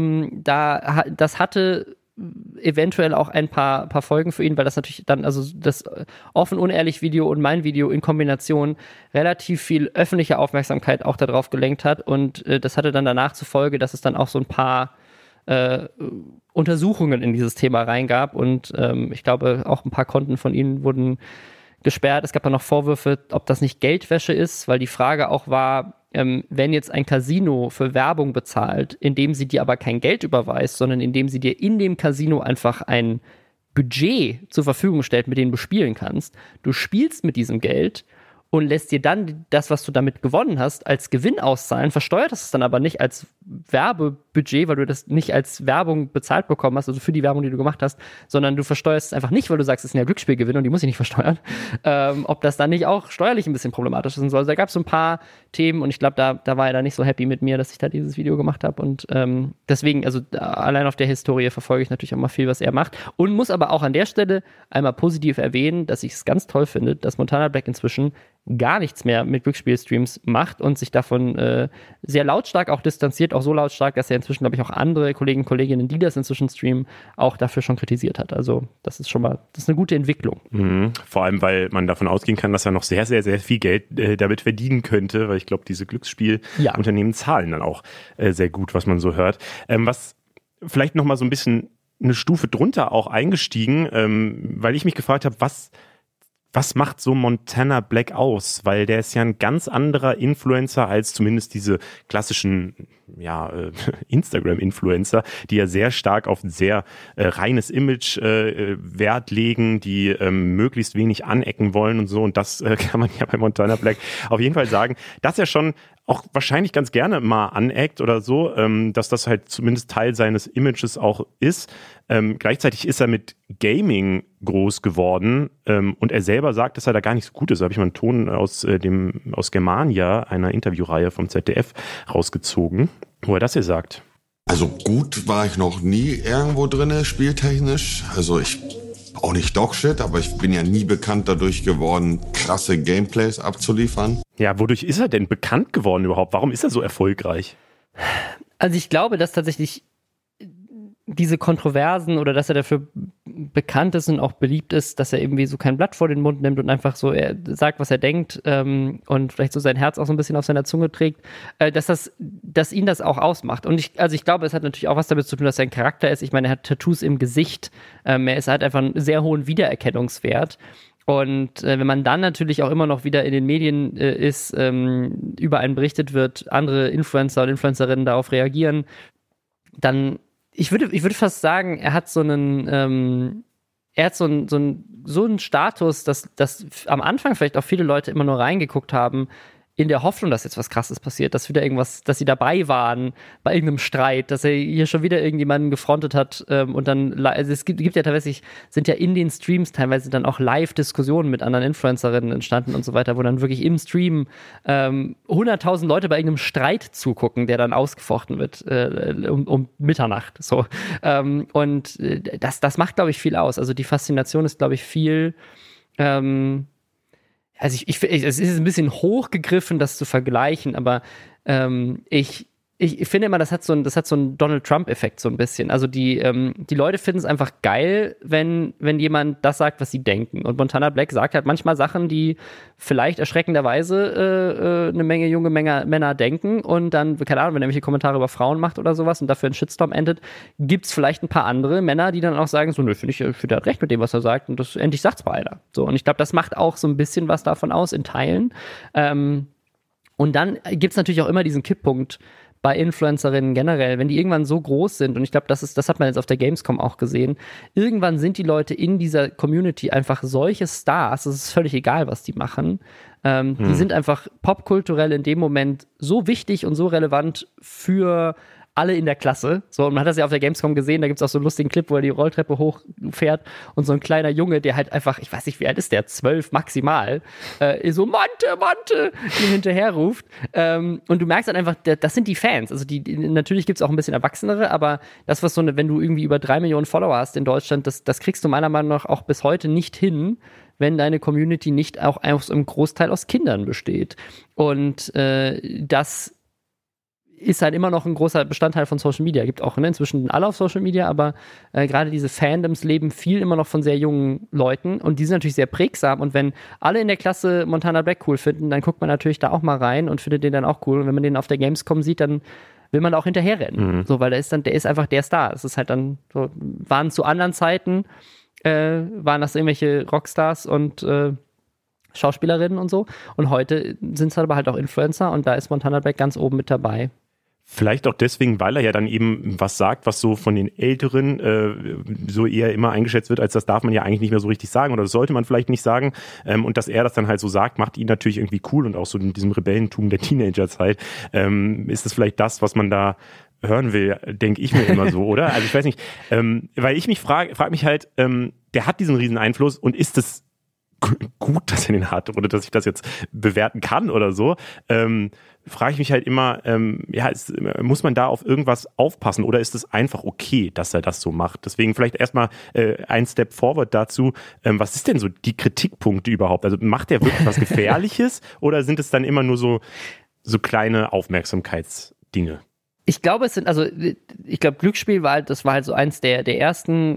das hatte eventuell auch ein paar Folgen für ihn, weil das natürlich dann, also das Offen Unehrlich Video und mein Video in Kombination relativ viel öffentliche Aufmerksamkeit auch darauf gelenkt hat und das hatte dann danach zur Folge, dass es dann auch so ein paar Untersuchungen in dieses Thema reingab und ich glaube auch ein paar Konten von ihnen wurden gesperrt. Es gab dann noch Vorwürfe, ob das nicht Geldwäsche ist, weil die Frage auch war, wenn jetzt ein Casino für Werbung bezahlt, indem sie dir aber kein Geld überweist, sondern indem sie dir in dem Casino einfach ein Budget zur Verfügung stellt, mit dem du spielen kannst. Du spielst mit diesem Geld und lässt dir dann das, was du damit gewonnen hast, als Gewinn auszahlen, versteuert es dann aber nicht als Werbebudget, weil du das nicht als Werbung bezahlt bekommen hast, also für die Werbung, die du gemacht hast, sondern du versteuerst es einfach nicht, weil du sagst, es ist ja Glücksspielgewinn und die muss ich nicht versteuern, ob das dann nicht auch steuerlich ein bisschen problematisch ist und so. Also da gab es so ein paar Themen und ich glaube, da war er dann nicht so happy mit mir, dass ich da dieses Video gemacht habe und deswegen, also allein auf der Historie verfolge ich natürlich auch mal viel, was er macht und muss aber auch an der Stelle einmal positiv erwähnen, dass ich es ganz toll finde, dass Montana Black inzwischen gar nichts mehr mit Glücksspielstreams macht und sich davon sehr lautstark auch distanziert, auch so lautstark, dass er inzwischen, glaube ich, auch andere Kollegen und Kolleginnen, die das inzwischen streamen, auch dafür schon kritisiert hat. Also das ist schon mal, das ist eine gute Entwicklung. Vor allem, weil man davon ausgehen kann, dass er noch sehr, sehr, sehr viel Geld damit verdienen könnte, weil ich glaube, diese Glücksspielunternehmen zahlen dann auch sehr gut, was man so hört. Was vielleicht noch mal so ein bisschen eine Stufe drunter auch eingestiegen, weil ich mich gefragt habe, was macht so Montana Black aus? Weil der ist ja ein ganz anderer Influencer als zumindest diese klassischen Instagram-Influencer, die ja sehr stark auf ein sehr reines Image Wert legen, die möglichst wenig anecken wollen und so. Und das kann man ja bei Montana Black auf jeden Fall sagen, dass er schon auch wahrscheinlich ganz gerne mal aneckt oder so, dass das halt zumindest Teil seines Images auch ist. Gleichzeitig ist er mit Gaming groß geworden und er selber sagt, dass er da gar nicht so gut ist. Da habe ich mal einen Ton aus Germania, einer Interviewreihe vom ZDF, rausgezogen, wo er das hier sagt. Also gut war ich noch nie irgendwo drinne, spieltechnisch. Also ich auch nicht Dogshit, aber ich bin ja nie bekannt dadurch geworden, krasse Gameplays abzuliefern. Ja, wodurch ist er denn bekannt geworden überhaupt? Warum ist er so erfolgreich? Also ich glaube, dass tatsächlich diese Kontroversen oder dass er dafür bekannt ist und auch beliebt ist, dass er irgendwie so kein Blatt vor den Mund nimmt und einfach so er sagt, was er denkt und vielleicht so sein Herz auch so ein bisschen auf seiner Zunge trägt, dass ihn das auch ausmacht. Und ich glaube, es hat natürlich auch was damit zu tun, dass er ein Charakter ist. Ich meine, er hat Tattoos im Gesicht. Er hat einfach einen sehr hohen Wiedererkennungswert. Und wenn man dann natürlich auch immer noch wieder in den Medien ist, über einen berichtet wird, andere Influencer und Influencerinnen darauf reagieren, dann ich würde fast sagen, er hat so einen Status, dass am Anfang vielleicht auch viele Leute immer nur reingeguckt haben, in der Hoffnung, dass jetzt was Krasses passiert, dass wieder irgendwas, dass sie dabei waren bei irgendeinem Streit, dass er hier schon wieder irgendjemanden gefrontet hat und dann, also es gibt ja teilweise, sind ja in den Streams teilweise dann auch Live-Diskussionen mit anderen Influencerinnen entstanden und so weiter, wo dann wirklich im Stream 100.000 Leute bei irgendeinem Streit zugucken, der dann ausgefochten wird um Mitternacht. So. Und das macht, glaube ich, viel aus. Also die Faszination ist, glaube ich, viel also es ist ein bisschen hochgegriffen, das zu vergleichen, aber ich finde immer, das hat so einen Donald Trump-Effekt so ein bisschen. Also die Leute finden es einfach geil, wenn jemand das sagt, was sie denken. Und Montana Black sagt halt manchmal Sachen, die vielleicht erschreckenderweise eine Menge junge Männer denken und dann, keine Ahnung, wenn er irgendwelche Kommentare über Frauen macht oder sowas und dafür ein Shitstorm endet, gibt's vielleicht ein paar andere Männer, die dann auch sagen, so, nö, finde er hat recht mit dem, was er sagt und das endlich sagt's mal einer. So, und ich glaube, das macht auch so ein bisschen was davon aus in Teilen. Und dann gibt's natürlich auch immer diesen Kipppunkt bei Influencerinnen generell, wenn die irgendwann so groß sind, und ich glaube, das hat man jetzt auf der Gamescom auch gesehen, irgendwann sind die Leute in dieser Community einfach solche Stars, es ist völlig egal, was die machen, die sind einfach popkulturell in dem Moment so wichtig und so relevant für alle in der Klasse. So, und man hat das ja auf der Gamescom gesehen, da gibt es auch so einen lustigen Clip, wo er die Rolltreppe hochfährt und so ein kleiner Junge, der halt einfach, ich weiß nicht, wie alt ist der, 12 maximal, so Monte, ihn hinterher ruft. Und du merkst dann einfach, das sind die Fans. Also natürlich gibt es auch ein bisschen Erwachsenere, aber das, was wenn du irgendwie über 3 Millionen Follower hast in Deutschland, das kriegst du meiner Meinung nach auch bis heute nicht hin, wenn deine Community nicht auch aus einem Großteil aus Kindern besteht. Und das ist halt immer noch ein großer Bestandteil von Social Media. Gibt auch inzwischen alle auf Social Media, aber gerade diese Fandoms leben viel immer noch von sehr jungen Leuten und die sind natürlich sehr prägsam und wenn alle in der Klasse Montana Black cool finden, dann guckt man natürlich da auch mal rein und findet den dann auch cool und wenn man den auf der Gamescom sieht, dann will man auch hinterherrennen. So, weil der ist einfach der Star. Es ist halt dann so, waren zu anderen Zeiten, waren das irgendwelche Rockstars und Schauspielerinnen und so und heute sind es aber halt auch Influencer und da ist Montana Black ganz oben mit dabei. Vielleicht auch deswegen, weil er ja dann eben was sagt, was so von den Älteren so eher immer eingeschätzt wird, als das darf man ja eigentlich nicht mehr so richtig sagen oder das sollte man vielleicht nicht sagen. Und dass er das dann halt so sagt, macht ihn natürlich irgendwie cool und auch so in diesem Rebellentum der Teenagerzeit ist es vielleicht das, was man da hören will, denke ich mir immer so, oder? Also ich weiß nicht, weil ich mich frage mich halt, der hat diesen riesen Einfluss und ist es gut, dass er den hat oder dass ich das jetzt bewerten kann oder so, frage ich mich halt immer, muss man da auf irgendwas aufpassen oder ist es einfach okay, dass er das so macht? Deswegen vielleicht erstmal ein Step forward dazu. Was ist denn so die Kritikpunkte überhaupt? Also macht er wirklich was Gefährliches oder sind es dann immer nur so kleine Aufmerksamkeitsdinge? Ich glaube, Glücksspiel war halt so eins der ersten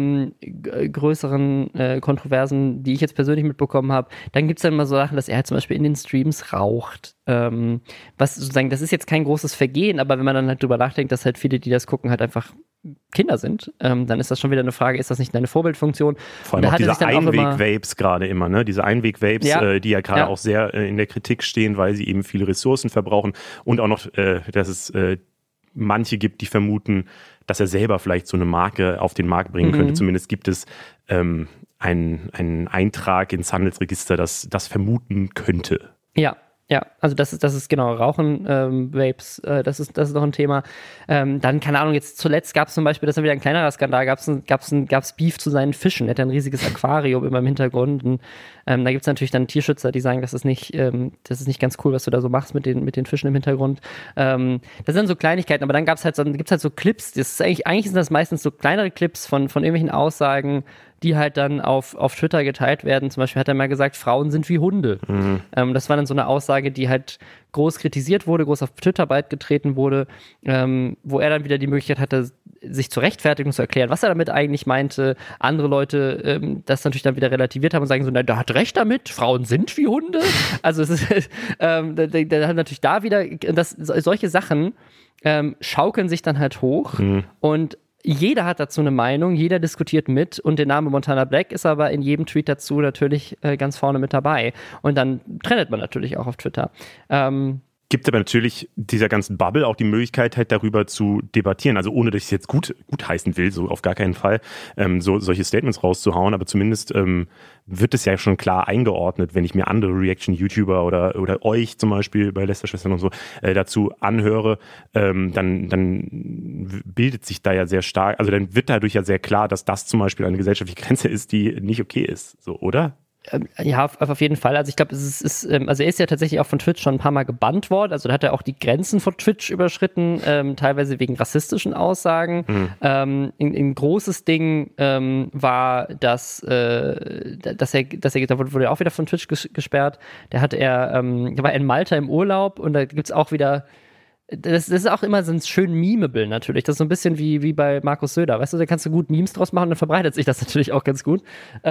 größeren Kontroversen, die ich jetzt persönlich mitbekommen habe. Dann gibt es dann mal so Sachen, dass er halt zum Beispiel in den Streams raucht. Was sozusagen, das ist jetzt kein großes Vergehen, aber wenn man dann halt drüber nachdenkt, dass halt viele, die das gucken, halt einfach Kinder sind, dann ist das schon wieder eine Frage, ist das nicht eine Vorbildfunktion? Vor allem auch diese Einweg-Vapes gerade immer, ne? Diese Einweg-Vapes, die ja gerade auch sehr in der Kritik stehen, weil sie eben viele Ressourcen verbrauchen und auch noch, dass es manche gibt, die vermuten, dass er selber vielleicht so eine Marke auf den Markt bringen könnte. Zumindest gibt es einen Eintrag ins Handelsregister, das vermuten könnte. Ja. Ja, also das ist genau, Rauchen, Vapes, das ist noch ein Thema. Dann, keine Ahnung, jetzt zuletzt gab es zum Beispiel, das ist ja wieder ein kleinerer Skandal, gab's Beef zu seinen Fischen. Er hat ein riesiges Aquarium immer im Hintergrund. Und da gibt es natürlich dann Tierschützer, die sagen, das ist nicht ganz cool, was du da so machst mit den Fischen im Hintergrund. Das sind so Kleinigkeiten, aber dann gibt's halt so Clips, eigentlich sind das meistens so kleinere Clips von irgendwelchen Aussagen, die halt dann auf Twitter geteilt werden. Zum Beispiel hat er mal gesagt, Frauen sind wie Hunde. Das war dann so eine Aussage, die halt groß kritisiert wurde, groß auf Twitter getreten wurde, wo er dann wieder die Möglichkeit hatte, sich zu rechtfertigen, zu erklären, was er damit eigentlich meinte. Andere Leute das natürlich dann wieder relativiert haben und sagen so, na, der hat recht damit, Frauen sind wie Hunde. Also es ist, der hat natürlich da wieder, solche Sachen schaukeln sich dann halt hoch und jeder hat dazu eine Meinung, jeder diskutiert mit und der Name Montana Black ist aber in jedem Tweet dazu natürlich ganz vorne mit dabei. Und dann trennt man natürlich auch auf Twitter. Gibt aber natürlich dieser ganzen Bubble auch die Möglichkeit, halt darüber zu debattieren. Also ohne, dass ich es jetzt gut heißen will, so auf gar keinen Fall, solche Statements rauszuhauen. Aber zumindest wird es ja schon klar eingeordnet, wenn ich mir andere Reaction-YouTuber oder euch zum Beispiel bei Lästerschwestern und so dazu anhöre, dann bildet sich da ja sehr stark, also dann wird dadurch ja sehr klar, dass das zum Beispiel eine gesellschaftliche Grenze ist, die nicht okay ist. So, oder? Ja, auf jeden Fall. Also ich glaube, also er ist ja tatsächlich auch von Twitch schon ein paar Mal gebannt worden. Also da hat er auch die Grenzen von Twitch überschritten, teilweise wegen rassistischen Aussagen. Ein großes Ding war, dass er, da wurde er auch wieder von Twitch gesperrt. Da war in Malta im Urlaub und da gibt's auch wieder. Das ist auch immer so ein schön Memeable natürlich. Das ist so ein bisschen wie bei Markus Söder. Weißt du, da kannst du gut Memes draus machen und dann verbreitet sich das natürlich auch ganz gut.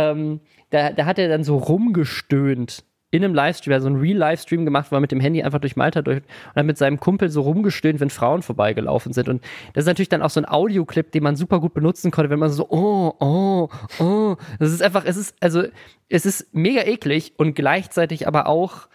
Da hat er dann so rumgestöhnt in einem Livestream, also einen Real-Livestream gemacht, wo er mit dem Handy einfach durch Malta und hat mit seinem Kumpel so rumgestöhnt, wenn Frauen vorbeigelaufen sind. Und das ist natürlich dann auch so ein Audioclip, den man super gut benutzen konnte, wenn man so, oh. Das ist einfach, es ist mega eklig und gleichzeitig aber auch,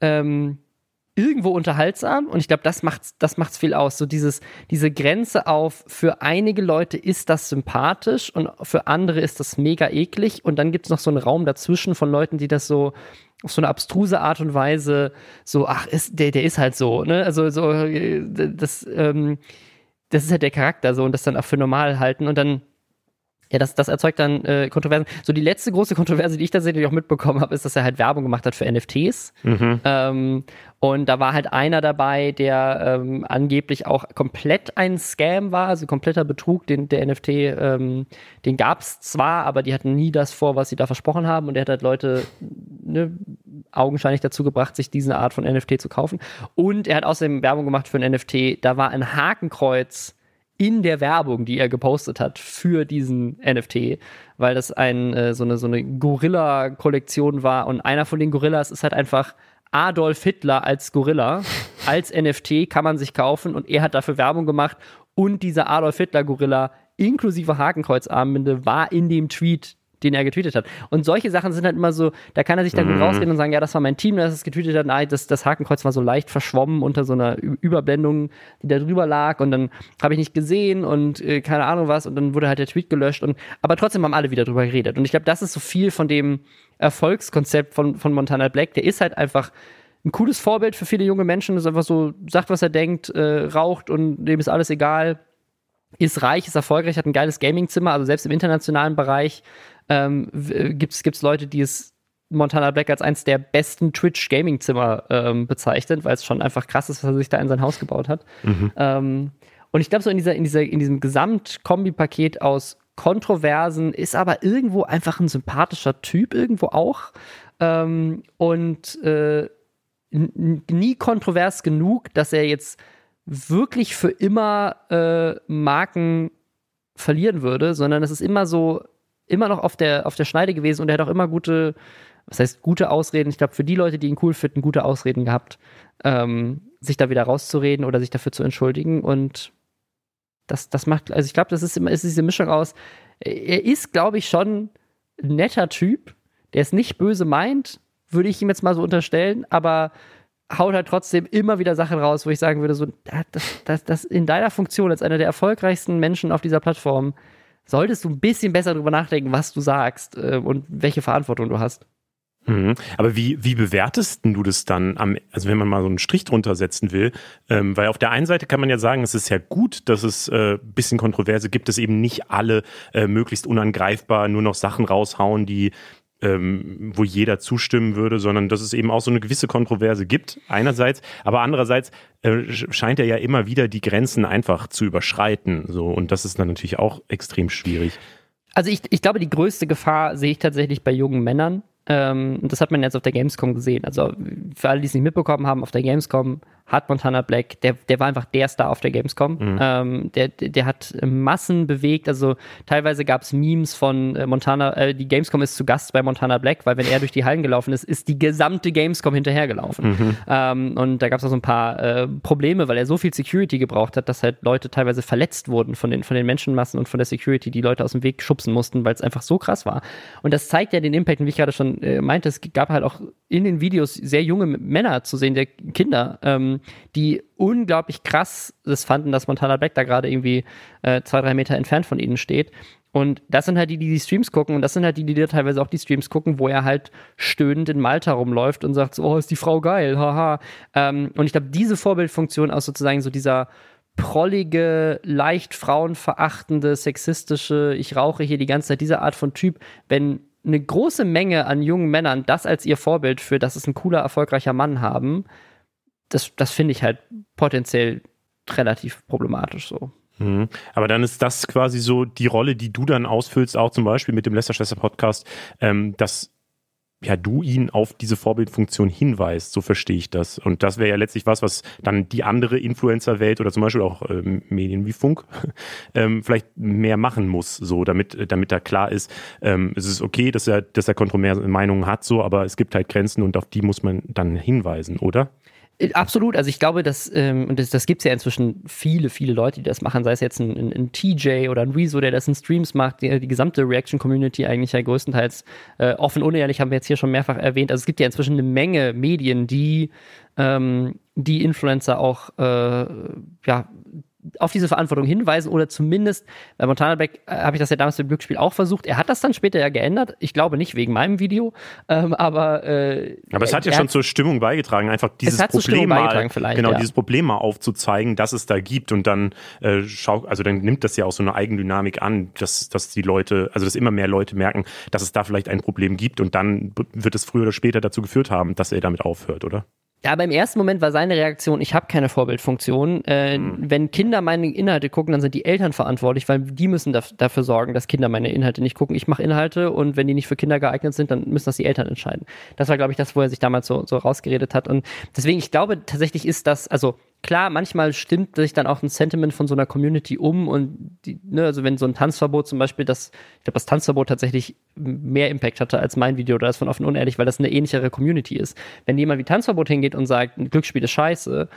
irgendwo unterhaltsam und ich glaube, das macht's viel aus. So diese Grenze auf, für einige Leute ist das sympathisch und für andere ist das mega eklig und dann gibt's noch so einen Raum dazwischen von Leuten, die das so auf so eine abstruse Art und Weise so, der ist halt so, ne? Also so, das ist halt der Charakter so und das dann auch für normal halten und dann ja, das erzeugt dann Kontroversen. So die letzte große Kontroverse, die ich tatsächlich auch mitbekommen habe, ist, dass er halt Werbung gemacht hat für NFTs. Und da war halt einer dabei, der angeblich auch komplett ein Scam war, also kompletter Betrug. Der NFT, den gab's zwar, aber die hatten nie das vor, was sie da versprochen haben. Und der hat halt Leute augenscheinlich dazu gebracht, sich diese Art von NFT zu kaufen. Und er hat außerdem Werbung gemacht für ein NFT. Da war ein Hakenkreuz in der Werbung, die er gepostet hat für diesen NFT, weil das so eine Gorilla-Kollektion war und einer von den Gorillas ist halt einfach Adolf Hitler als Gorilla, als NFT kann man sich kaufen und er hat dafür Werbung gemacht und dieser Adolf Hitler-Gorilla inklusive Hakenkreuzarmbinde war in dem Tweet, den er getweetet hat. Und solche Sachen sind halt immer so, da kann er sich dann gut rausgehen und sagen, ja, das war mein Team, das es getweetet hat. Nein, das Hakenkreuz war so leicht verschwommen unter so einer Überblendung, die da drüber lag und dann habe ich nicht gesehen und keine Ahnung was und dann wurde halt der Tweet gelöscht aber trotzdem haben alle wieder drüber geredet. Und ich glaube, das ist so viel von dem Erfolgskonzept von Montana Black. Der ist halt einfach ein cooles Vorbild für viele junge Menschen, das einfach so sagt, was er denkt, raucht und dem ist alles egal, ist reich, ist erfolgreich, hat ein geiles Gaming-Zimmer, also selbst im internationalen Bereich gibt's Leute, die es Montana Black als eins der besten Twitch-Gaming-Zimmer bezeichnen, weil es schon einfach krass ist, was er sich da in sein Haus gebaut hat. Und ich glaube, so in diesem Gesamtkombi-Paket aus Kontroversen ist aber irgendwo einfach ein sympathischer Typ, irgendwo auch. Und nie kontrovers genug, dass er jetzt wirklich für immer Marken verlieren würde, sondern es ist immer noch auf der Schneide gewesen und er hat auch immer gute Ausreden, ich glaube für die Leute, die ihn cool finden, gute Ausreden gehabt, sich da wieder rauszureden oder sich dafür zu entschuldigen und das macht, also ich glaube, es ist diese Mischung aus, er ist, glaube ich, schon ein netter Typ, der es nicht böse meint, würde ich ihm jetzt mal so unterstellen, aber haut halt trotzdem immer wieder Sachen raus, wo ich sagen würde, so, das in deiner Funktion als einer der erfolgreichsten Menschen auf dieser Plattform solltest du ein bisschen besser drüber nachdenken, was du sagst und welche Verantwortung du hast. Aber wie bewertest du das dann, also wenn man mal so einen Strich drunter setzen will? Weil auf der einen Seite kann man ja sagen, es ist ja gut, dass es ein bisschen Kontroverse gibt, dass eben nicht alle möglichst unangreifbar nur noch Sachen raushauen, die wo jeder zustimmen würde, sondern dass es eben auch so eine gewisse Kontroverse gibt, einerseits, aber andererseits scheint er ja immer wieder die Grenzen einfach zu überschreiten, so, und das ist dann natürlich auch extrem schwierig. Also ich glaube, die größte Gefahr sehe ich tatsächlich bei jungen Männern. Das hat man jetzt auf der Gamescom gesehen. Also für alle, die es nicht mitbekommen haben, auf der Gamescom hat Montana Black, der war einfach der Star auf der Gamescom. Der hat Massen bewegt. Also teilweise gab es Memes von Montana, die Gamescom ist zu Gast bei Montana Black, weil wenn er durch die Hallen gelaufen ist die gesamte Gamescom hinterhergelaufen. Und da gab es auch so ein paar Probleme, weil er so viel Security gebraucht hat, dass halt Leute teilweise verletzt wurden von den Menschenmassen und von der Security, die Leute aus dem Weg schubsen mussten, weil es einfach so krass war. Und das zeigt ja den Impact, und wie ich gerade schon meinte, es gab halt auch in den Videos sehr junge Männer zu sehen, der Kinder, die unglaublich krass das fanden, dass Montana Black da gerade irgendwie 2-3 Meter entfernt von ihnen steht. Und das sind halt die Streams gucken, und das sind halt die da teilweise auch die Streams gucken, wo er halt stöhnend in Malta rumläuft und sagt, oh, ist die Frau geil, haha. Und ich glaube, diese Vorbildfunktion aus sozusagen so dieser prollige, leicht frauenverachtende, sexistische, ich rauche hier die ganze Zeit, diese Art von Typ, wenn eine große Menge an jungen Männern das als ihr Vorbild für, das ist ein cooler, erfolgreicher Mann haben, das finde ich halt potenziell relativ problematisch so. Aber dann ist das quasi so die Rolle, die du dann ausfüllst, auch zum Beispiel mit dem Lästerschwester-Podcast, dass ja du ihn auf diese Vorbildfunktion hinweist, so verstehe ich das. Und das wäre ja letztlich was dann die andere Influencer-Welt oder zum Beispiel auch Medien wie Funk vielleicht mehr machen muss, so damit da klar ist, es ist okay, dass er kontroverse Meinungen hat, so, aber es gibt halt Grenzen und auf die muss man dann hinweisen, oder? Absolut, also ich glaube, das gibt es ja inzwischen viele Leute, die das machen, sei es jetzt ein TJ oder ein Rezo, der das in Streams macht, die gesamte Reaction-Community eigentlich ja größtenteils offen, unehrlich, haben wir jetzt hier schon mehrfach erwähnt. Also es gibt ja inzwischen eine Menge Medien, die Influencer auch auf diese Verantwortung hinweisen oder zumindest, bei Montana Black habe ich das ja damals beim Glücksspiel auch versucht. Er hat das dann später ja geändert. Ich glaube nicht wegen meinem Video, aber es hat ja schon zur Stimmung beigetragen, einfach dieses Problem dieses Problem mal aufzuzeigen, dass es da gibt, und dann dann nimmt das ja auch so eine Eigendynamik an, dass die Leute, also dass immer mehr Leute merken, dass es da vielleicht ein Problem gibt, und dann wird es früher oder später dazu geführt haben, dass er damit aufhört, oder? Ja, aber im ersten Moment war seine Reaktion, ich habe keine Vorbildfunktion. Wenn Kinder meine Inhalte gucken, dann sind die Eltern verantwortlich, weil die müssen dafür sorgen, dass Kinder meine Inhalte nicht gucken. Ich mache Inhalte, und wenn die nicht für Kinder geeignet sind, dann müssen das die Eltern entscheiden. Das war, glaube ich, das, wo er sich damals so rausgeredet hat. Und deswegen, ich glaube, tatsächlich ist das, also klar, manchmal stimmt sich dann auch ein Sentiment von so einer Community um, und also wenn so ein Tanzverbot zum Beispiel, ich glaube, das Tanzverbot tatsächlich mehr Impact hatte als mein Video oder das von Offen Unehrlich, weil das eine ähnlichere Community ist. Wenn jemand wie Tanzverbot hingeht und sagt, ein Glücksspiel ist scheiße,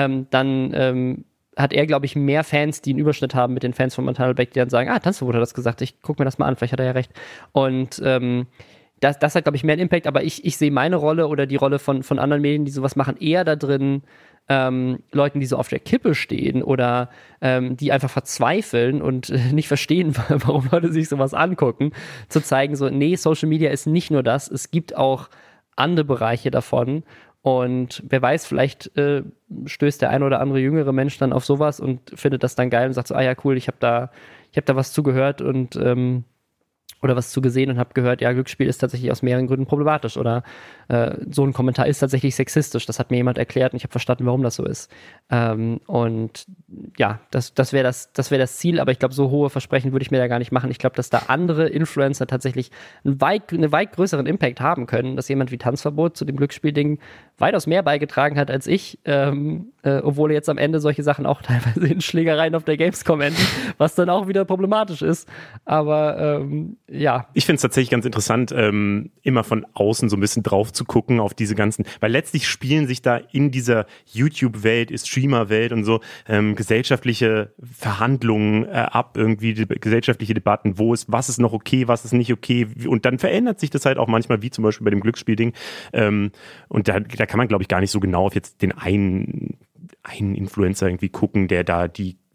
dann hat er, glaube ich, mehr Fans, die einen Überschnitt haben mit den Fans von Montana Black, die dann sagen, Tanzverbot hat das gesagt, ich gucke mir das mal an, vielleicht hat er ja recht. Und das hat, glaube ich, mehr einen Impact, aber ich sehe meine Rolle oder die Rolle von anderen Medien, die sowas machen, eher da drin, Leuten, die so auf der Kippe stehen oder die einfach verzweifeln und nicht verstehen, warum Leute sich sowas angucken, zu zeigen, so, nee, Social Media ist nicht nur das, es gibt auch andere Bereiche davon, und wer weiß, vielleicht stößt der ein oder andere jüngere Mensch dann auf sowas und findet das dann geil und sagt so, ja cool, ich hab da was zugehört und oder was zu gesehen und habe gehört, ja, Glücksspiel ist tatsächlich aus mehreren Gründen problematisch oder so ein Kommentar ist tatsächlich sexistisch. Das hat mir jemand erklärt und ich habe verstanden, warum das so ist. Und ja, das wäre das Ziel, aber ich glaube, so hohe Versprechen würde ich mir da gar nicht machen. Ich glaube, dass da andere Influencer tatsächlich einen weit größeren Impact haben können, dass jemand wie Tanzverbot zu dem Glücksspielding weitaus mehr beigetragen hat als ich, obwohl jetzt am Ende solche Sachen auch teilweise in Schlägereien auf der Gamescom enden, was dann auch wieder problematisch ist. Aber ja. Ich finde es tatsächlich ganz interessant, immer von außen so ein bisschen drauf zu gucken auf diese ganzen, weil letztlich spielen sich da in dieser YouTube-Welt, Streamer-Welt und so gesellschaftliche Verhandlungen ab, irgendwie gesellschaftliche Debatten, was ist noch okay, was ist nicht okay, und dann verändert sich das halt auch manchmal, wie zum Beispiel bei dem Glücksspielding, und da kann man, glaube ich, gar nicht so genau auf jetzt den einen Influencer irgendwie gucken, der da die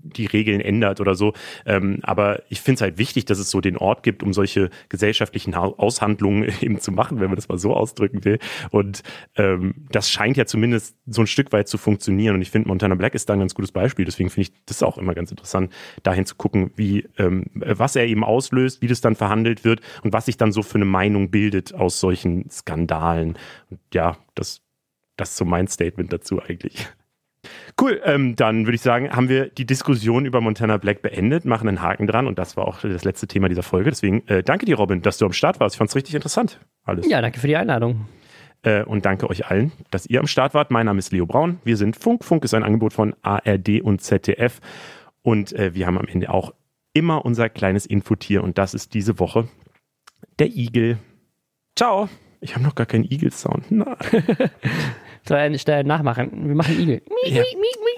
die Regeln ändert oder so. Aber ich finde es halt wichtig, dass es so den Ort gibt, um solche gesellschaftlichen Aushandlungen eben zu machen, wenn man das mal so ausdrücken will. Und das scheint ja zumindest so ein Stück weit zu funktionieren. Und ich finde, Montana Black ist da ein ganz gutes Beispiel. Deswegen finde ich das auch immer ganz interessant, dahin zu gucken, wie was er eben auslöst, wie das dann verhandelt wird und was sich dann so für eine Meinung bildet aus solchen Skandalen. Und ja, das ist so mein Statement dazu eigentlich. Cool, dann würde ich sagen, haben wir die Diskussion über Montana Black beendet, machen einen Haken dran und das war auch das letzte Thema dieser Folge. Deswegen danke dir, Robin, dass du am Start warst. Ich fand es richtig interessant. Alles. Ja, danke für die Einladung. Und danke euch allen, dass ihr am Start wart. Mein Name ist Leo Braun. Wir sind Funk. Funk ist ein Angebot von ARD und ZDF. Und wir haben am Ende auch immer unser kleines Infotier und das ist diese Woche der Igel. Ciao. Ich habe noch gar keinen Igel-Sound. Soll er nicht nachmachen? Wir machen Igel. Ja.